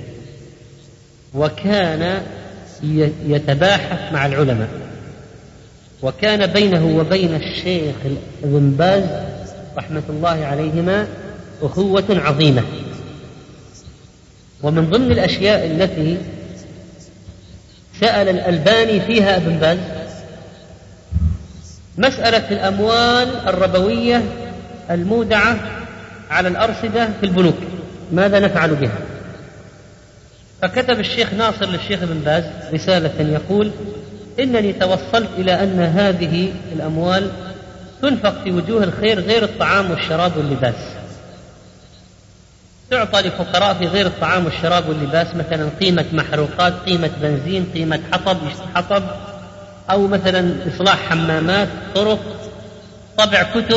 [SPEAKER 1] وكان يتباحث مع العلماء، وكان بينه وبين الشيخ ابن باز رحمة الله عليهما أخوة عظيمة. ومن ضمن الأشياء التي سأل الألباني فيها ابن باز مسألة الأموال الربوية المودعة على الأرصدة في البنوك، ماذا نفعل بها؟ فكتب الشيخ ناصر للشيخ ابن باز رسالة يقول: إنني توصلت إلى أن هذه الأموال تنفق في وجوه الخير غير الطعام والشراب واللباس، تعطى لفقراء في غير الطعام والشراب واللباس، مثلا قيمة محروقات، قيمة بنزين، قيمة حطب، أو مثلا إصلاح حمامات، طرق، طبع كتب.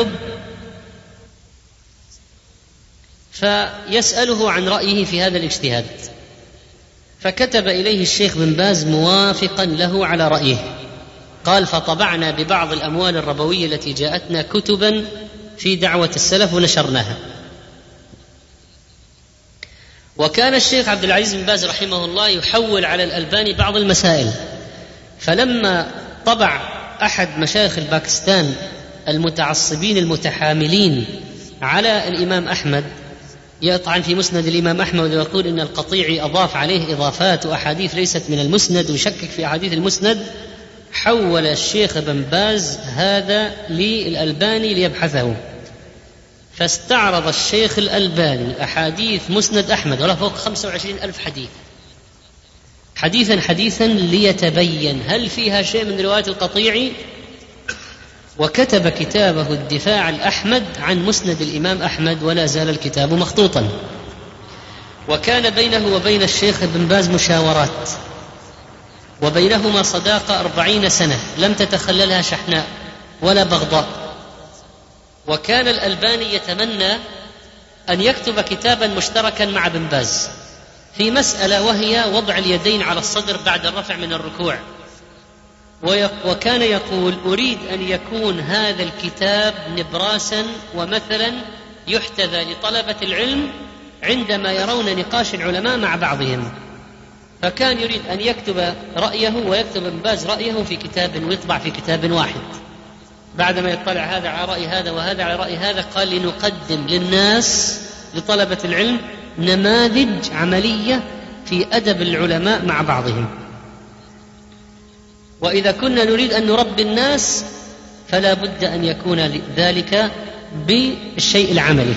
[SPEAKER 1] فيسأله عن رأيه في هذا الاجتهاد، فكتب إليه الشيخ بن باز موافقا له على رأيه. قال: فطبعنا ببعض الأموال الربوية التي جاءتنا كتبا في دعوة السلف ونشرناها. وكان الشيخ عبد العزيز بن باز رحمه الله يحول على الألباني بعض المسائل، فلما طبع أحد مشايخ الباكستان المتعصبين المتحاملين على الإمام أحمد يطعن في مسند الإمام أحمد ويقول إن القطيعي أضاف عليه إضافات وأحاديث ليست من المسند ويشكك في أحاديث المسند، حول الشيخ بن باز هذا للألباني ليبحثه، فاستعرض الشيخ الألباني أحاديث مسند أحمد وله فوق 25,000 حديث، حديثا ليتبين هل فيها شيء من رواية القطيعي، وكتب كتابه الدفاع الأحمد عن مسند الإمام أحمد، ولا زال الكتاب مخطوطا. وكان بينه وبين الشيخ ابن باز مشاورات، وبينهما صداقة 40 سنة لم تتخللها شحناء ولا بغضاء. وكان الألباني يتمنى أن يكتب كتابا مشتركا مع ابن باز في مسألة، وهي وضع اليدين على الصدر بعد الرفع من الركوع. وكان يقول: أريد أن يكون هذا الكتاب نبراسا ومثلا يحتذى لطلبة العلم عندما يرون نقاش العلماء مع بعضهم. فكان يريد أن يكتب رأيه ويكتب ابن باز رأيه في كتاب ويطبع في كتاب واحد. بعدما يطلع هذا على رأي هذا وهذا على رأي هذا، قال: لنقدم للناس لطلبة العلم نماذج عملية في أدب العلماء مع بعضهم. وإذا كنا نريد أن نربي الناس فلا بد أن يكون ذلك بالشيء العملي.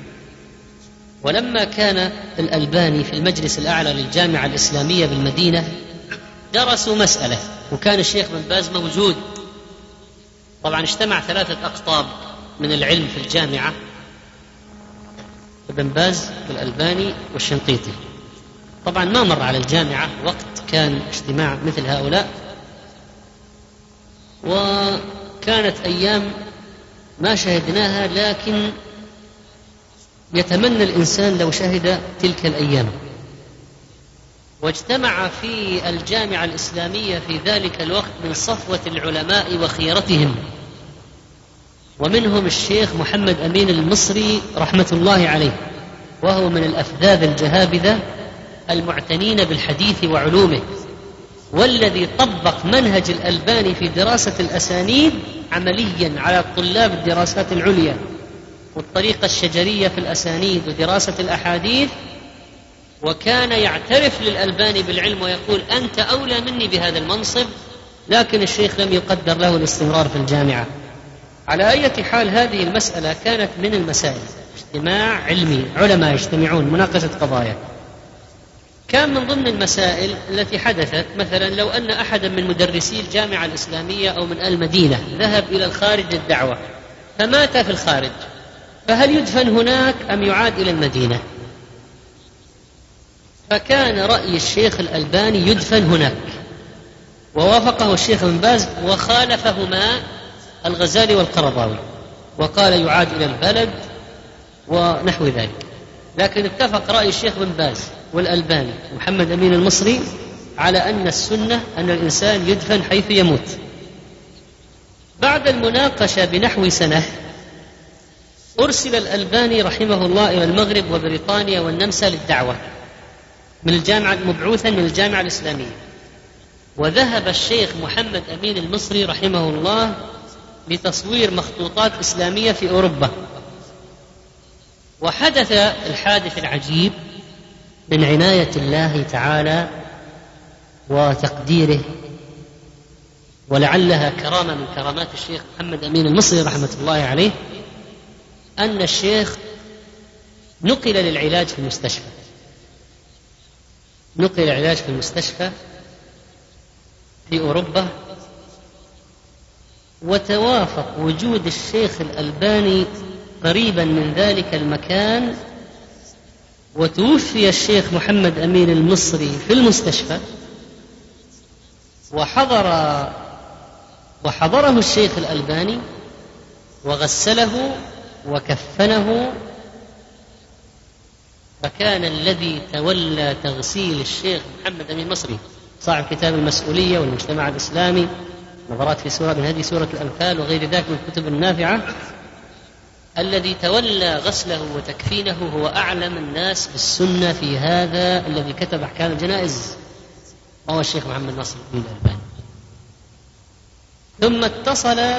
[SPEAKER 1] ولما كان الألباني في المجلس الأعلى للجامعة الإسلامية بالمدينة درسوا مسألة، وكان الشيخ بن باز موجود. طبعا اجتمع 3 أقطاب من العلم في الجامعة: ابن باز والألباني والشنقيطي. طبعا ما مر على الجامعة وقت كان اجتماع مثل هؤلاء، وكانت أيام ما شهدناها، لكن يتمنى الإنسان لو شهد تلك الأيام. واجتمع في الجامعة الإسلامية في ذلك الوقت من صفوة العلماء وخيرتهم، ومنهم الشيخ محمد أمين المصري رحمة الله عليه، وهو من الأفذاذ الجهابذة المعتنين بالحديث وعلومه، والذي طبق منهج الألباني في دراسة الأسانيد عمليا على طلاب الدراسات العليا، والطريقة الشجرية في الأسانيد ودراسة الأحاديث. وكان يعترف للألباني بالعلم ويقول: أنت أولى مني بهذا المنصب، لكن الشيخ لم يقدر له الاستمرار في الجامعة. على أي حال، هذه المسألة كانت من المسائل، اجتماع علمي، علماء يجتمعون مناقشة قضايا. كان من ضمن المسائل التي حدثت مثلا لو أن أحدا من مدرسي الجامعة الإسلامية أو من المدينة ذهب إلى الخارج للدعوة فمات في الخارج، فهل يدفن هناك أم يعاد إلى المدينة؟ فكان رأي الشيخ الألباني يدفن هناك، ووافقه الشيخ بن باز، وخالفهما الغزالي والقرضاوي وقال يعاد إلى البلد ونحو ذلك. لكن اتفق رأي الشيخ بن باز والألباني محمد أمين المصري على أن السنة أن الإنسان يدفن حيث يموت. بعد المناقشة بنحو سنة أرسل الألباني رحمه الله إلى المغرب وبريطانيا والنمسا للدعوة من الجامعة، مبعوثا من الجامعة الإسلامية. وذهب الشيخ محمد أمين المصري رحمه الله لتصوير مخطوطات إسلامية في أوروبا. وحدث الحادث العجيب من عناية الله تعالى وتقديره، ولعلها كرامة من كرامات الشيخ محمد أمين المصري رحمة الله عليه، أن الشيخ نقل للعلاج في المستشفى، نقل العلاج في المستشفى في أوروبا. وتوافق وجود الشيخ الألباني قريبا من ذلك المكان، وتوفي الشيخ محمد أمين المصري في المستشفى، وحضره الشيخ الألباني وغسله وكفنه. فكان الذي تولى تغسيل الشيخ محمد أمين المصري صاحب كتاب المسؤولية والمجتمع الإسلامي، نظرات في سورة من هذه سورة الأنفال وغير ذلك من الكتب النافعة، الذي تولى غسله وتكفينه هو أعلم الناس بالسنة في هذا الذي كتب أحكام الجنائز، وهو الشيخ محمد ناصر الدين الألباني. ثم اتصل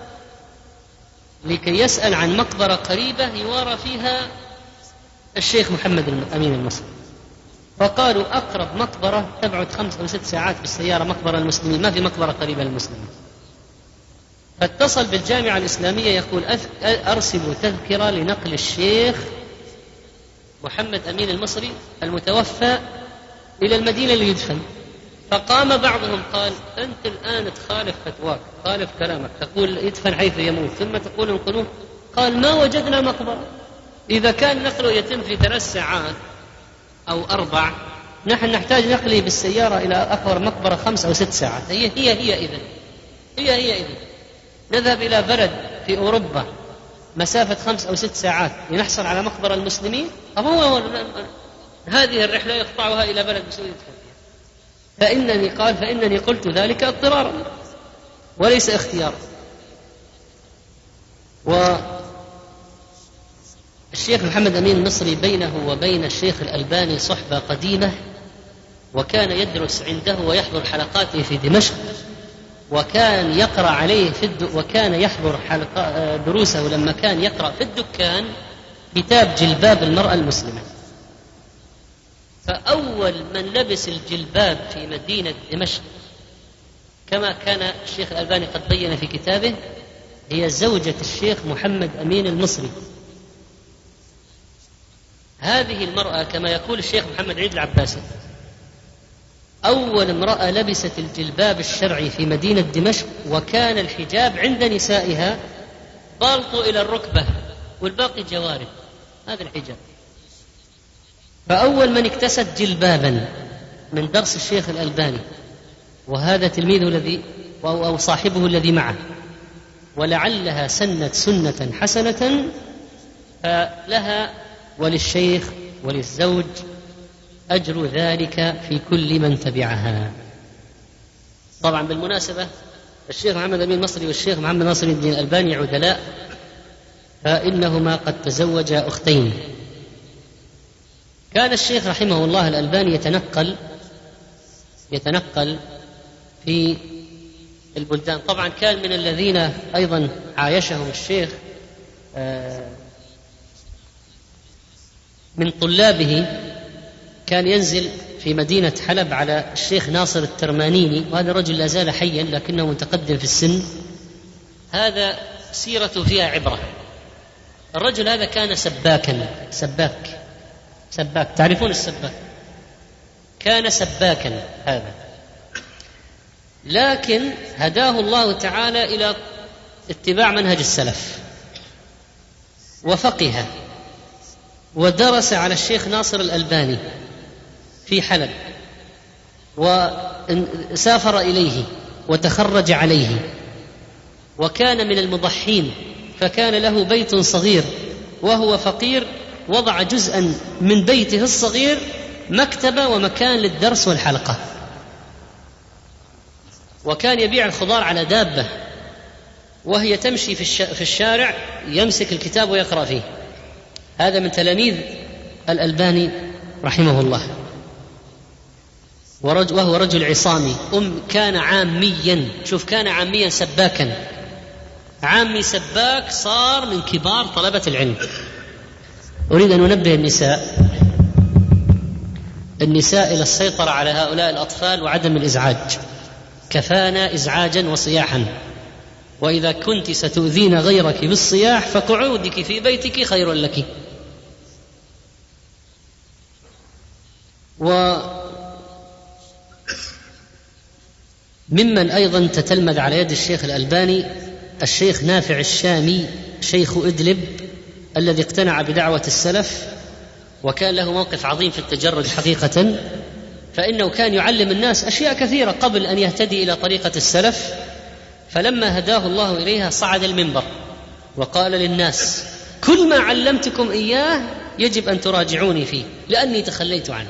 [SPEAKER 1] لكي يسأل عن مقبرة قريبة يوارى فيها الشيخ محمد أمين المصري، فقالوا أقرب مقبرة تبعد 5 أو 6 ساعات بالسيارة مقبرة المسلمين، ما في مقبرة قريبة للمسلمين. فاتصل بالجامعة الإسلامية يقول أرسلوا تذكرة لنقل الشيخ محمد أمين المصري المتوفى إلى المدينة ليدفن. فقام بعضهم قال: أنت الآن تخالف فتواك، خالف كلامك، تقول يدفن حيث يموت ثم تقول انقلوه. قال: ما وجدنا مقبرة. إذا كان نقله يتم في 3 ساعات أو 4، نحن نحتاج نقله بالسيارة إلى أقرب مقبرة 5 أو 6 ساعات. هي إذن نذهب إلى بلد في أوروبا مسافة 5 أو 6 ساعات لنحصل على مقبرة المسلمين؟ هذه الرحلة يقطعها إلى بلد مسلم فإنني قلت ذلك اضطرارا وليس اختيارا. والشيخ محمد أمين المصري بينه وبين الشيخ الألباني صحبة قديمة، وكان يدرس عنده ويحضر حلقاته في دمشق، وكان يقرأ عليه وكان يحضر دروسه لما كان يقرأ في الدكان كتاب جلباب المرأة المسلمة. فأول من لبس الجلباب في مدينة دمشق كما كان الشيخ الألباني قد بين في كتابه هي زوجة الشيخ محمد أمين المصري. هذه المرأة كما يقول الشيخ محمد عيد العباسي أول امرأة لبست الجلباب الشرعي في مدينة دمشق، وكان الحجاب عند نسائها بالطو إلى الركبة والباقي جوارب، هذا الحجاب. فأول من اكتست جلبابا من درس الشيخ الألباني، وهذا تلميذه الذي أو صاحبه الذي معه، ولعلها سنت سنة حسنة، فلها وللشيخ وللزوج أجر ذلك في كل من تبعها. طبعا بالمناسبة الشيخ محمد أمين المصري والشيخ محمد ناصر الدين الألباني عدلاء، فإنهما قد تزوجا أختين. كان الشيخ رحمه الله الألباني يتنقل في البلدان. طبعا كان من الذين أيضا عايشهم الشيخ من طلابه، كان ينزل في مدينة حلب على الشيخ ناصر الترمانيني، وهذا الرجل لا زال حيا لكنه متقدم في السن. هذا سيرته فيها عبرة. الرجل هذا كان سباك، تعرفون السباك؟ كان سباكا هذا، لكن هداه الله تعالى إلى اتباع منهج السلف، وفقه ودرس على الشيخ ناصر الألباني في حلب، وسافر إليه وتخرج عليه، وكان من المضحين، فكان له بيت صغير وهو فقير، وضع جزءا من بيته الصغير مكتبة ومكان للدرس والحلقة، وكان يبيع الخضار على دابة وهي تمشي في الشارع، يمسك الكتاب ويقرأ فيه. هذا من تلاميذ الألباني رحمه الله، وهو رجل عصامي. كان عاميا، شوف، كان عاميا سباكا، عامي سباك، صار من كبار طلبة العلم. أريد أن أنبه النساء إلى السيطرة على هؤلاء الأطفال وعدم الإزعاج، كفانا إزعاجا وصياحا، وإذا كنت ستؤذين غيرك بالصياح فقعودك في بيتك خير لك. وممن أيضا تتلمذ على يد الشيخ الألباني الشيخ نافع الشامي شيخ إدلب، الذي اقتنع بدعوة السلف، وكان له موقف عظيم في التجرد حقيقة، فإنه كان يعلم الناس أشياء كثيرة قبل أن يهتدي إلى طريقة السلف. فلما هداه الله إليها صعد المنبر وقال للناس: كل ما علمتكم إياه يجب أن تراجعوني فيه، لأني تخليت عنه.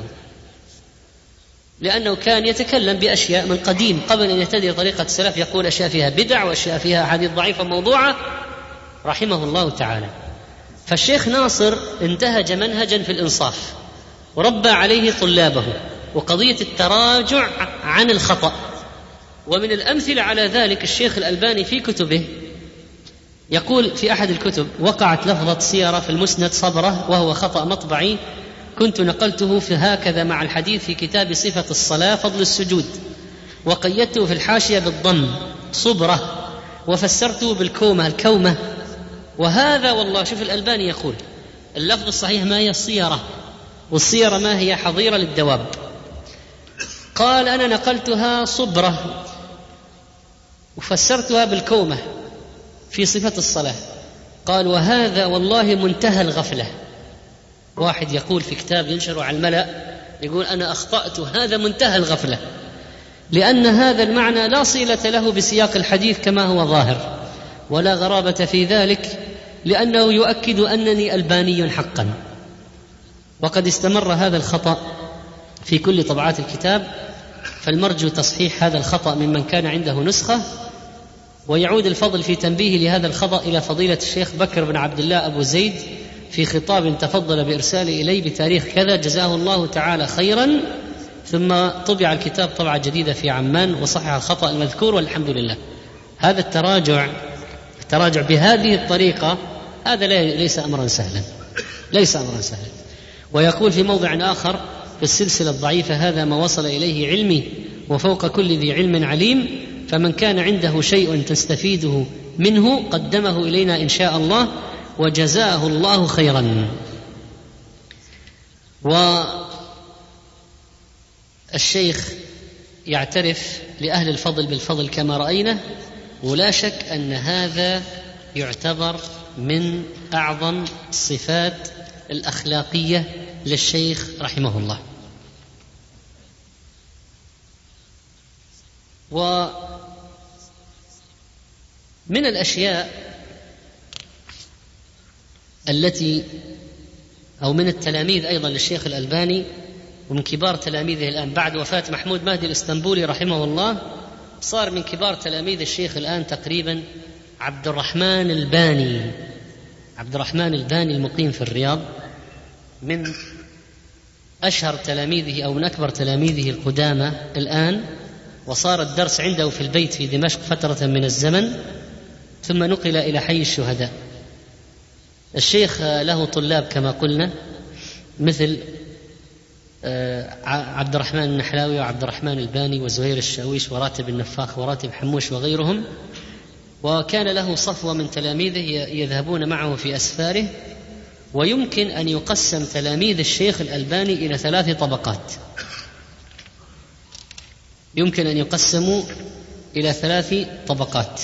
[SPEAKER 1] لأنه كان يتكلم بأشياء من قديم قبل أن يهتدي طريقة السلف، يقول أشياء فيها بدع وأشياء فيها أحاديث ضعيفة موضوعة، رحمه الله تعالى. فالشيخ ناصر انتهج منهجا في الإنصاف وربى عليه طلابه، وقضية التراجع عن الخطأ. ومن الأمثلة على ذلك الشيخ الألباني في كتبه يقول في أحد الكتب: وقعت لفظة سيرة في المسند صبرة، وهو خطأ مطبعي، كنت نقلته في هكذا مع الحديث في كتاب صفة الصلاة فضل السجود، وقيدته في الحاشية بالضم صبرة، وفسرته بالكومة الكومة. وهذا والله، شوف الألباني يقول اللفظ الصحيح ما هي الصيرة، والصيرة ما هي حظيرة للدواب. قال: أنا نقلتها صبرة وفسرتها بالكومة في صفة الصلاة. قال: وهذا والله منتهى الغفلة. واحد يقول في كتاب ينشر على الملأ يقول: أنا أخطأت، هذا منتهى الغفلة، لأن هذا المعنى لا صلة له بسياق الحديث كما هو ظاهر، ولا غرابة في ذلك، لأنه يؤكد أنني ألباني حقا. وقد استمر هذا الخطأ في كل طبعات الكتاب، فالمرجو تصحيح هذا الخطأ ممن كان عنده نسخة. ويعود الفضل في تنبيه لهذا الخطأ إلى فضيلة الشيخ بكر بن عبد الله أبو زيد في خطاب تفضل بإرساله إلي بتاريخ كذا، جزاه الله تعالى خيرا. ثم طبع الكتاب طبعة جديدة في عمان وصحح الخطأ المذكور، والحمد لله. هذا التراجع بهذه الطريقة هذا ليس أمرا سهلا، ليس أمرا سهلا. ويقول في موضع آخر في السلسلة الضعيفة: هذا ما وصل إليه علمي، وفوق كل ذي علم عليم، فمن كان عنده شيء تستفيده منه قدمه إلينا إن شاء الله، وجزاه الله خيرا. والشيخ يعترف لأهل الفضل بالفضل كما رأينا، ولا شك أن هذا يعتبر من أعظم الصفات الأخلاقية للشيخ رحمه الله. ومن الأشياء التي أو من التلاميذ أيضا للشيخ الألباني، ومن كبار تلاميذه الآن بعد وفاة محمود مهدي الإسطنبولي رحمه الله، صار من كبار تلاميذ الشيخ الآن تقريبا عبد الرحمن الباني. عبد الرحمن الباني المقيم في الرياض، من أشهر تلاميذه أو من أكبر تلاميذه القدامى الآن، وصار الدرس عنده في البيت في دمشق فترة من الزمن، ثم نقل إلى حي الشهداء. الشيخ له طلاب كما قلنا، مثل عبد الرحمن النحلاوي وعبد الرحمن الباني وزهير الشاويش وراتب النفاخ وراتب حموش وغيرهم. وكان له صفوة من تلاميذه يذهبون معه في أسفاره. ويمكن أن يقسم تلاميذ الشيخ الألباني إلى 3 طبقات، يمكن أن يقسموا إلى 3 طبقات.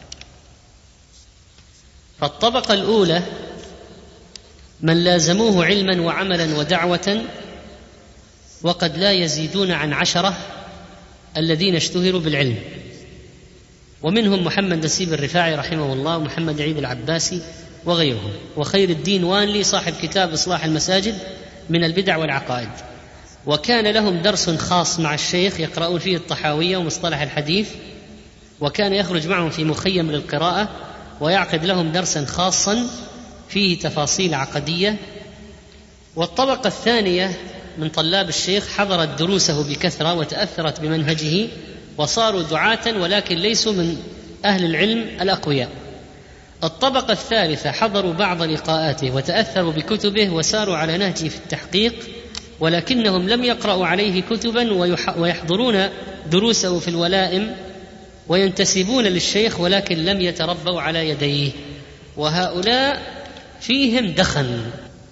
[SPEAKER 1] فالطبقة الأولى من لازموه علما وعملا ودعوة، وقد لا يزيدون عن 10 الذين اشتهروا بالعلم، ومنهم محمد نسيب الرفاعي رحمه الله، ومحمد عيد العباسي وغيرهم، وخير الدين وانلي صاحب كتاب إصلاح المساجد من البدع والعقائد. وكان لهم درس خاص مع الشيخ يقرؤون فيه الطحاوية ومصطلح الحديث، وكان يخرج معهم في مخيم للقراءة ويعقد لهم درسا خاصا فيه تفاصيل عقدية. والطبقة الثانية من طلاب الشيخ حضرت دروسه بكثرة وتأثرت بمنهجه وصاروا دعاة، ولكن ليسوا من أهل العلم الأقوياء. الطبقة الثالثة حضروا بعض لقاءاته وتأثروا بكتبه وساروا على نهجه في التحقيق، ولكنهم لم يقرأوا عليه كتبا ويحضرون دروسه في الولائم وينتسبون للشيخ، ولكن لم يتربوا على يديه، وهؤلاء فيهم دخن.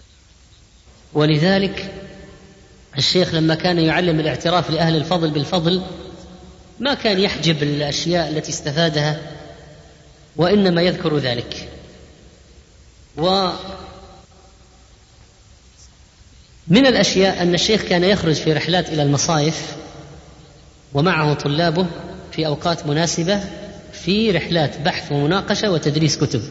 [SPEAKER 1] ولذلك الشيخ لما كان يعلم الاعتراف لأهل الفضل بالفضل ما كان يحجب الأشياء التي استفادها، وإنما يذكر ذلك. ومن الأشياء أن الشيخ كان يخرج في رحلات إلى المصايف ومعه طلابه في أوقات مناسبة في رحلات بحث ومناقشة وتدريس كتب.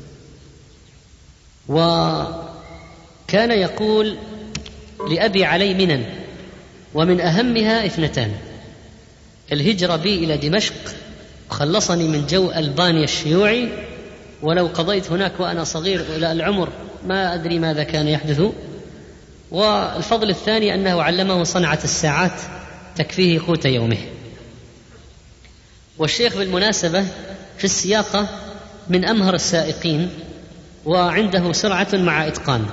[SPEAKER 1] وكان يقول: لأبي علي منن، ومن أهمها 2: الهجرة بي إلى دمشق خلصني من جو ألبانيا الشيوعي، ولو قضيت هناك وأنا صغير إلى العمر ما أدري ماذا كان يحدث. والفضل الثاني أنه علمه صنعة الساعات تكفيه قوت يومه. والشيخ بالمناسبة في السياقة من أمهر السائقين، وعنده سرعة مع إتقان،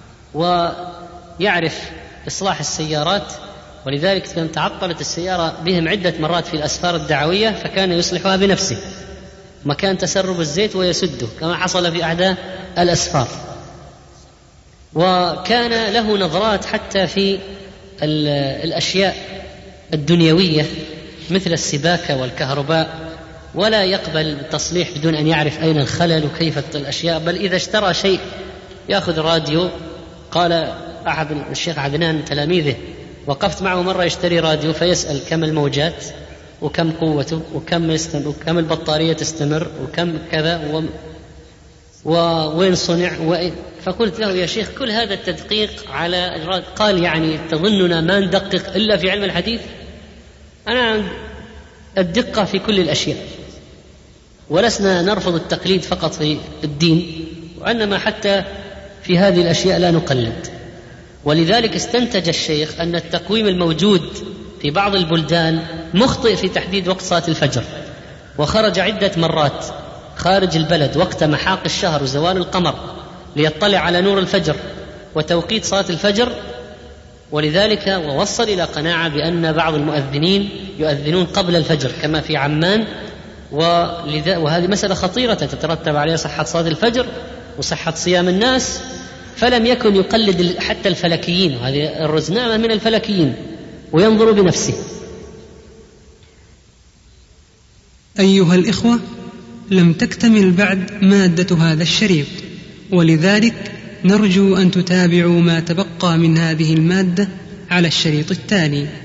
[SPEAKER 1] ويعرف إصلاح السيارات، ولذلك كانت تعطلت السيارة بهم عدة مرات في الأسفار الدعوية فكان يصلحها بنفسه مكان تسرب الزيت ويسده، كما حصل في أعداء الأسفار. وكان له نظرات حتى في الأشياء الدنيوية مثل السباكة والكهرباء، ولا يقبل التصليح بدون أن يعرف أين الخلل وكيف الأشياء، بل إذا اشترى شيء يأخذ راديو. قال أحد الشيخ عدنان تلاميذه، وقفت معه مرة يشتري راديو فيسأل كم الموجات وكم قوته وكم البطارية تستمر وكم كذا وين صنع فقلت له يا شيخ كل هذا التدقيق على الراديو. قال يعني تظننا ما ندقق إلا في علم الحديث؟ أنا الدقة في كل الأشياء، ولسنا نرفض التقليد فقط في الدين، وإنما حتى في هذه الأشياء لا نقلد. ولذلك استنتج الشيخ أن التقويم الموجود في بعض البلدان مخطئ في تحديد وقت صلاة الفجر، وخرج عدة مرات خارج البلد وقت محاق الشهر وزوال القمر ليطلع على نور الفجر وتوقيت صلاة الفجر، ولذلك ووصل إلى قناعة بأن بعض المؤذنين يؤذنون قبل الفجر كما في عمان، وهذه مسألة خطيرة تترتب عليها صحة صلاة الفجر وصحة صيام الناس، فلم يكن يقلد حتى الفلكيين، وهذه الرزنامة من الفلكيين، وينظر بنفسه.
[SPEAKER 2] أيها الإخوة، لم تكتمل بعد مادة هذا الشريط، ولذلك نرجو أن تتابعوا ما تبقى من هذه المادة على الشريط التالي.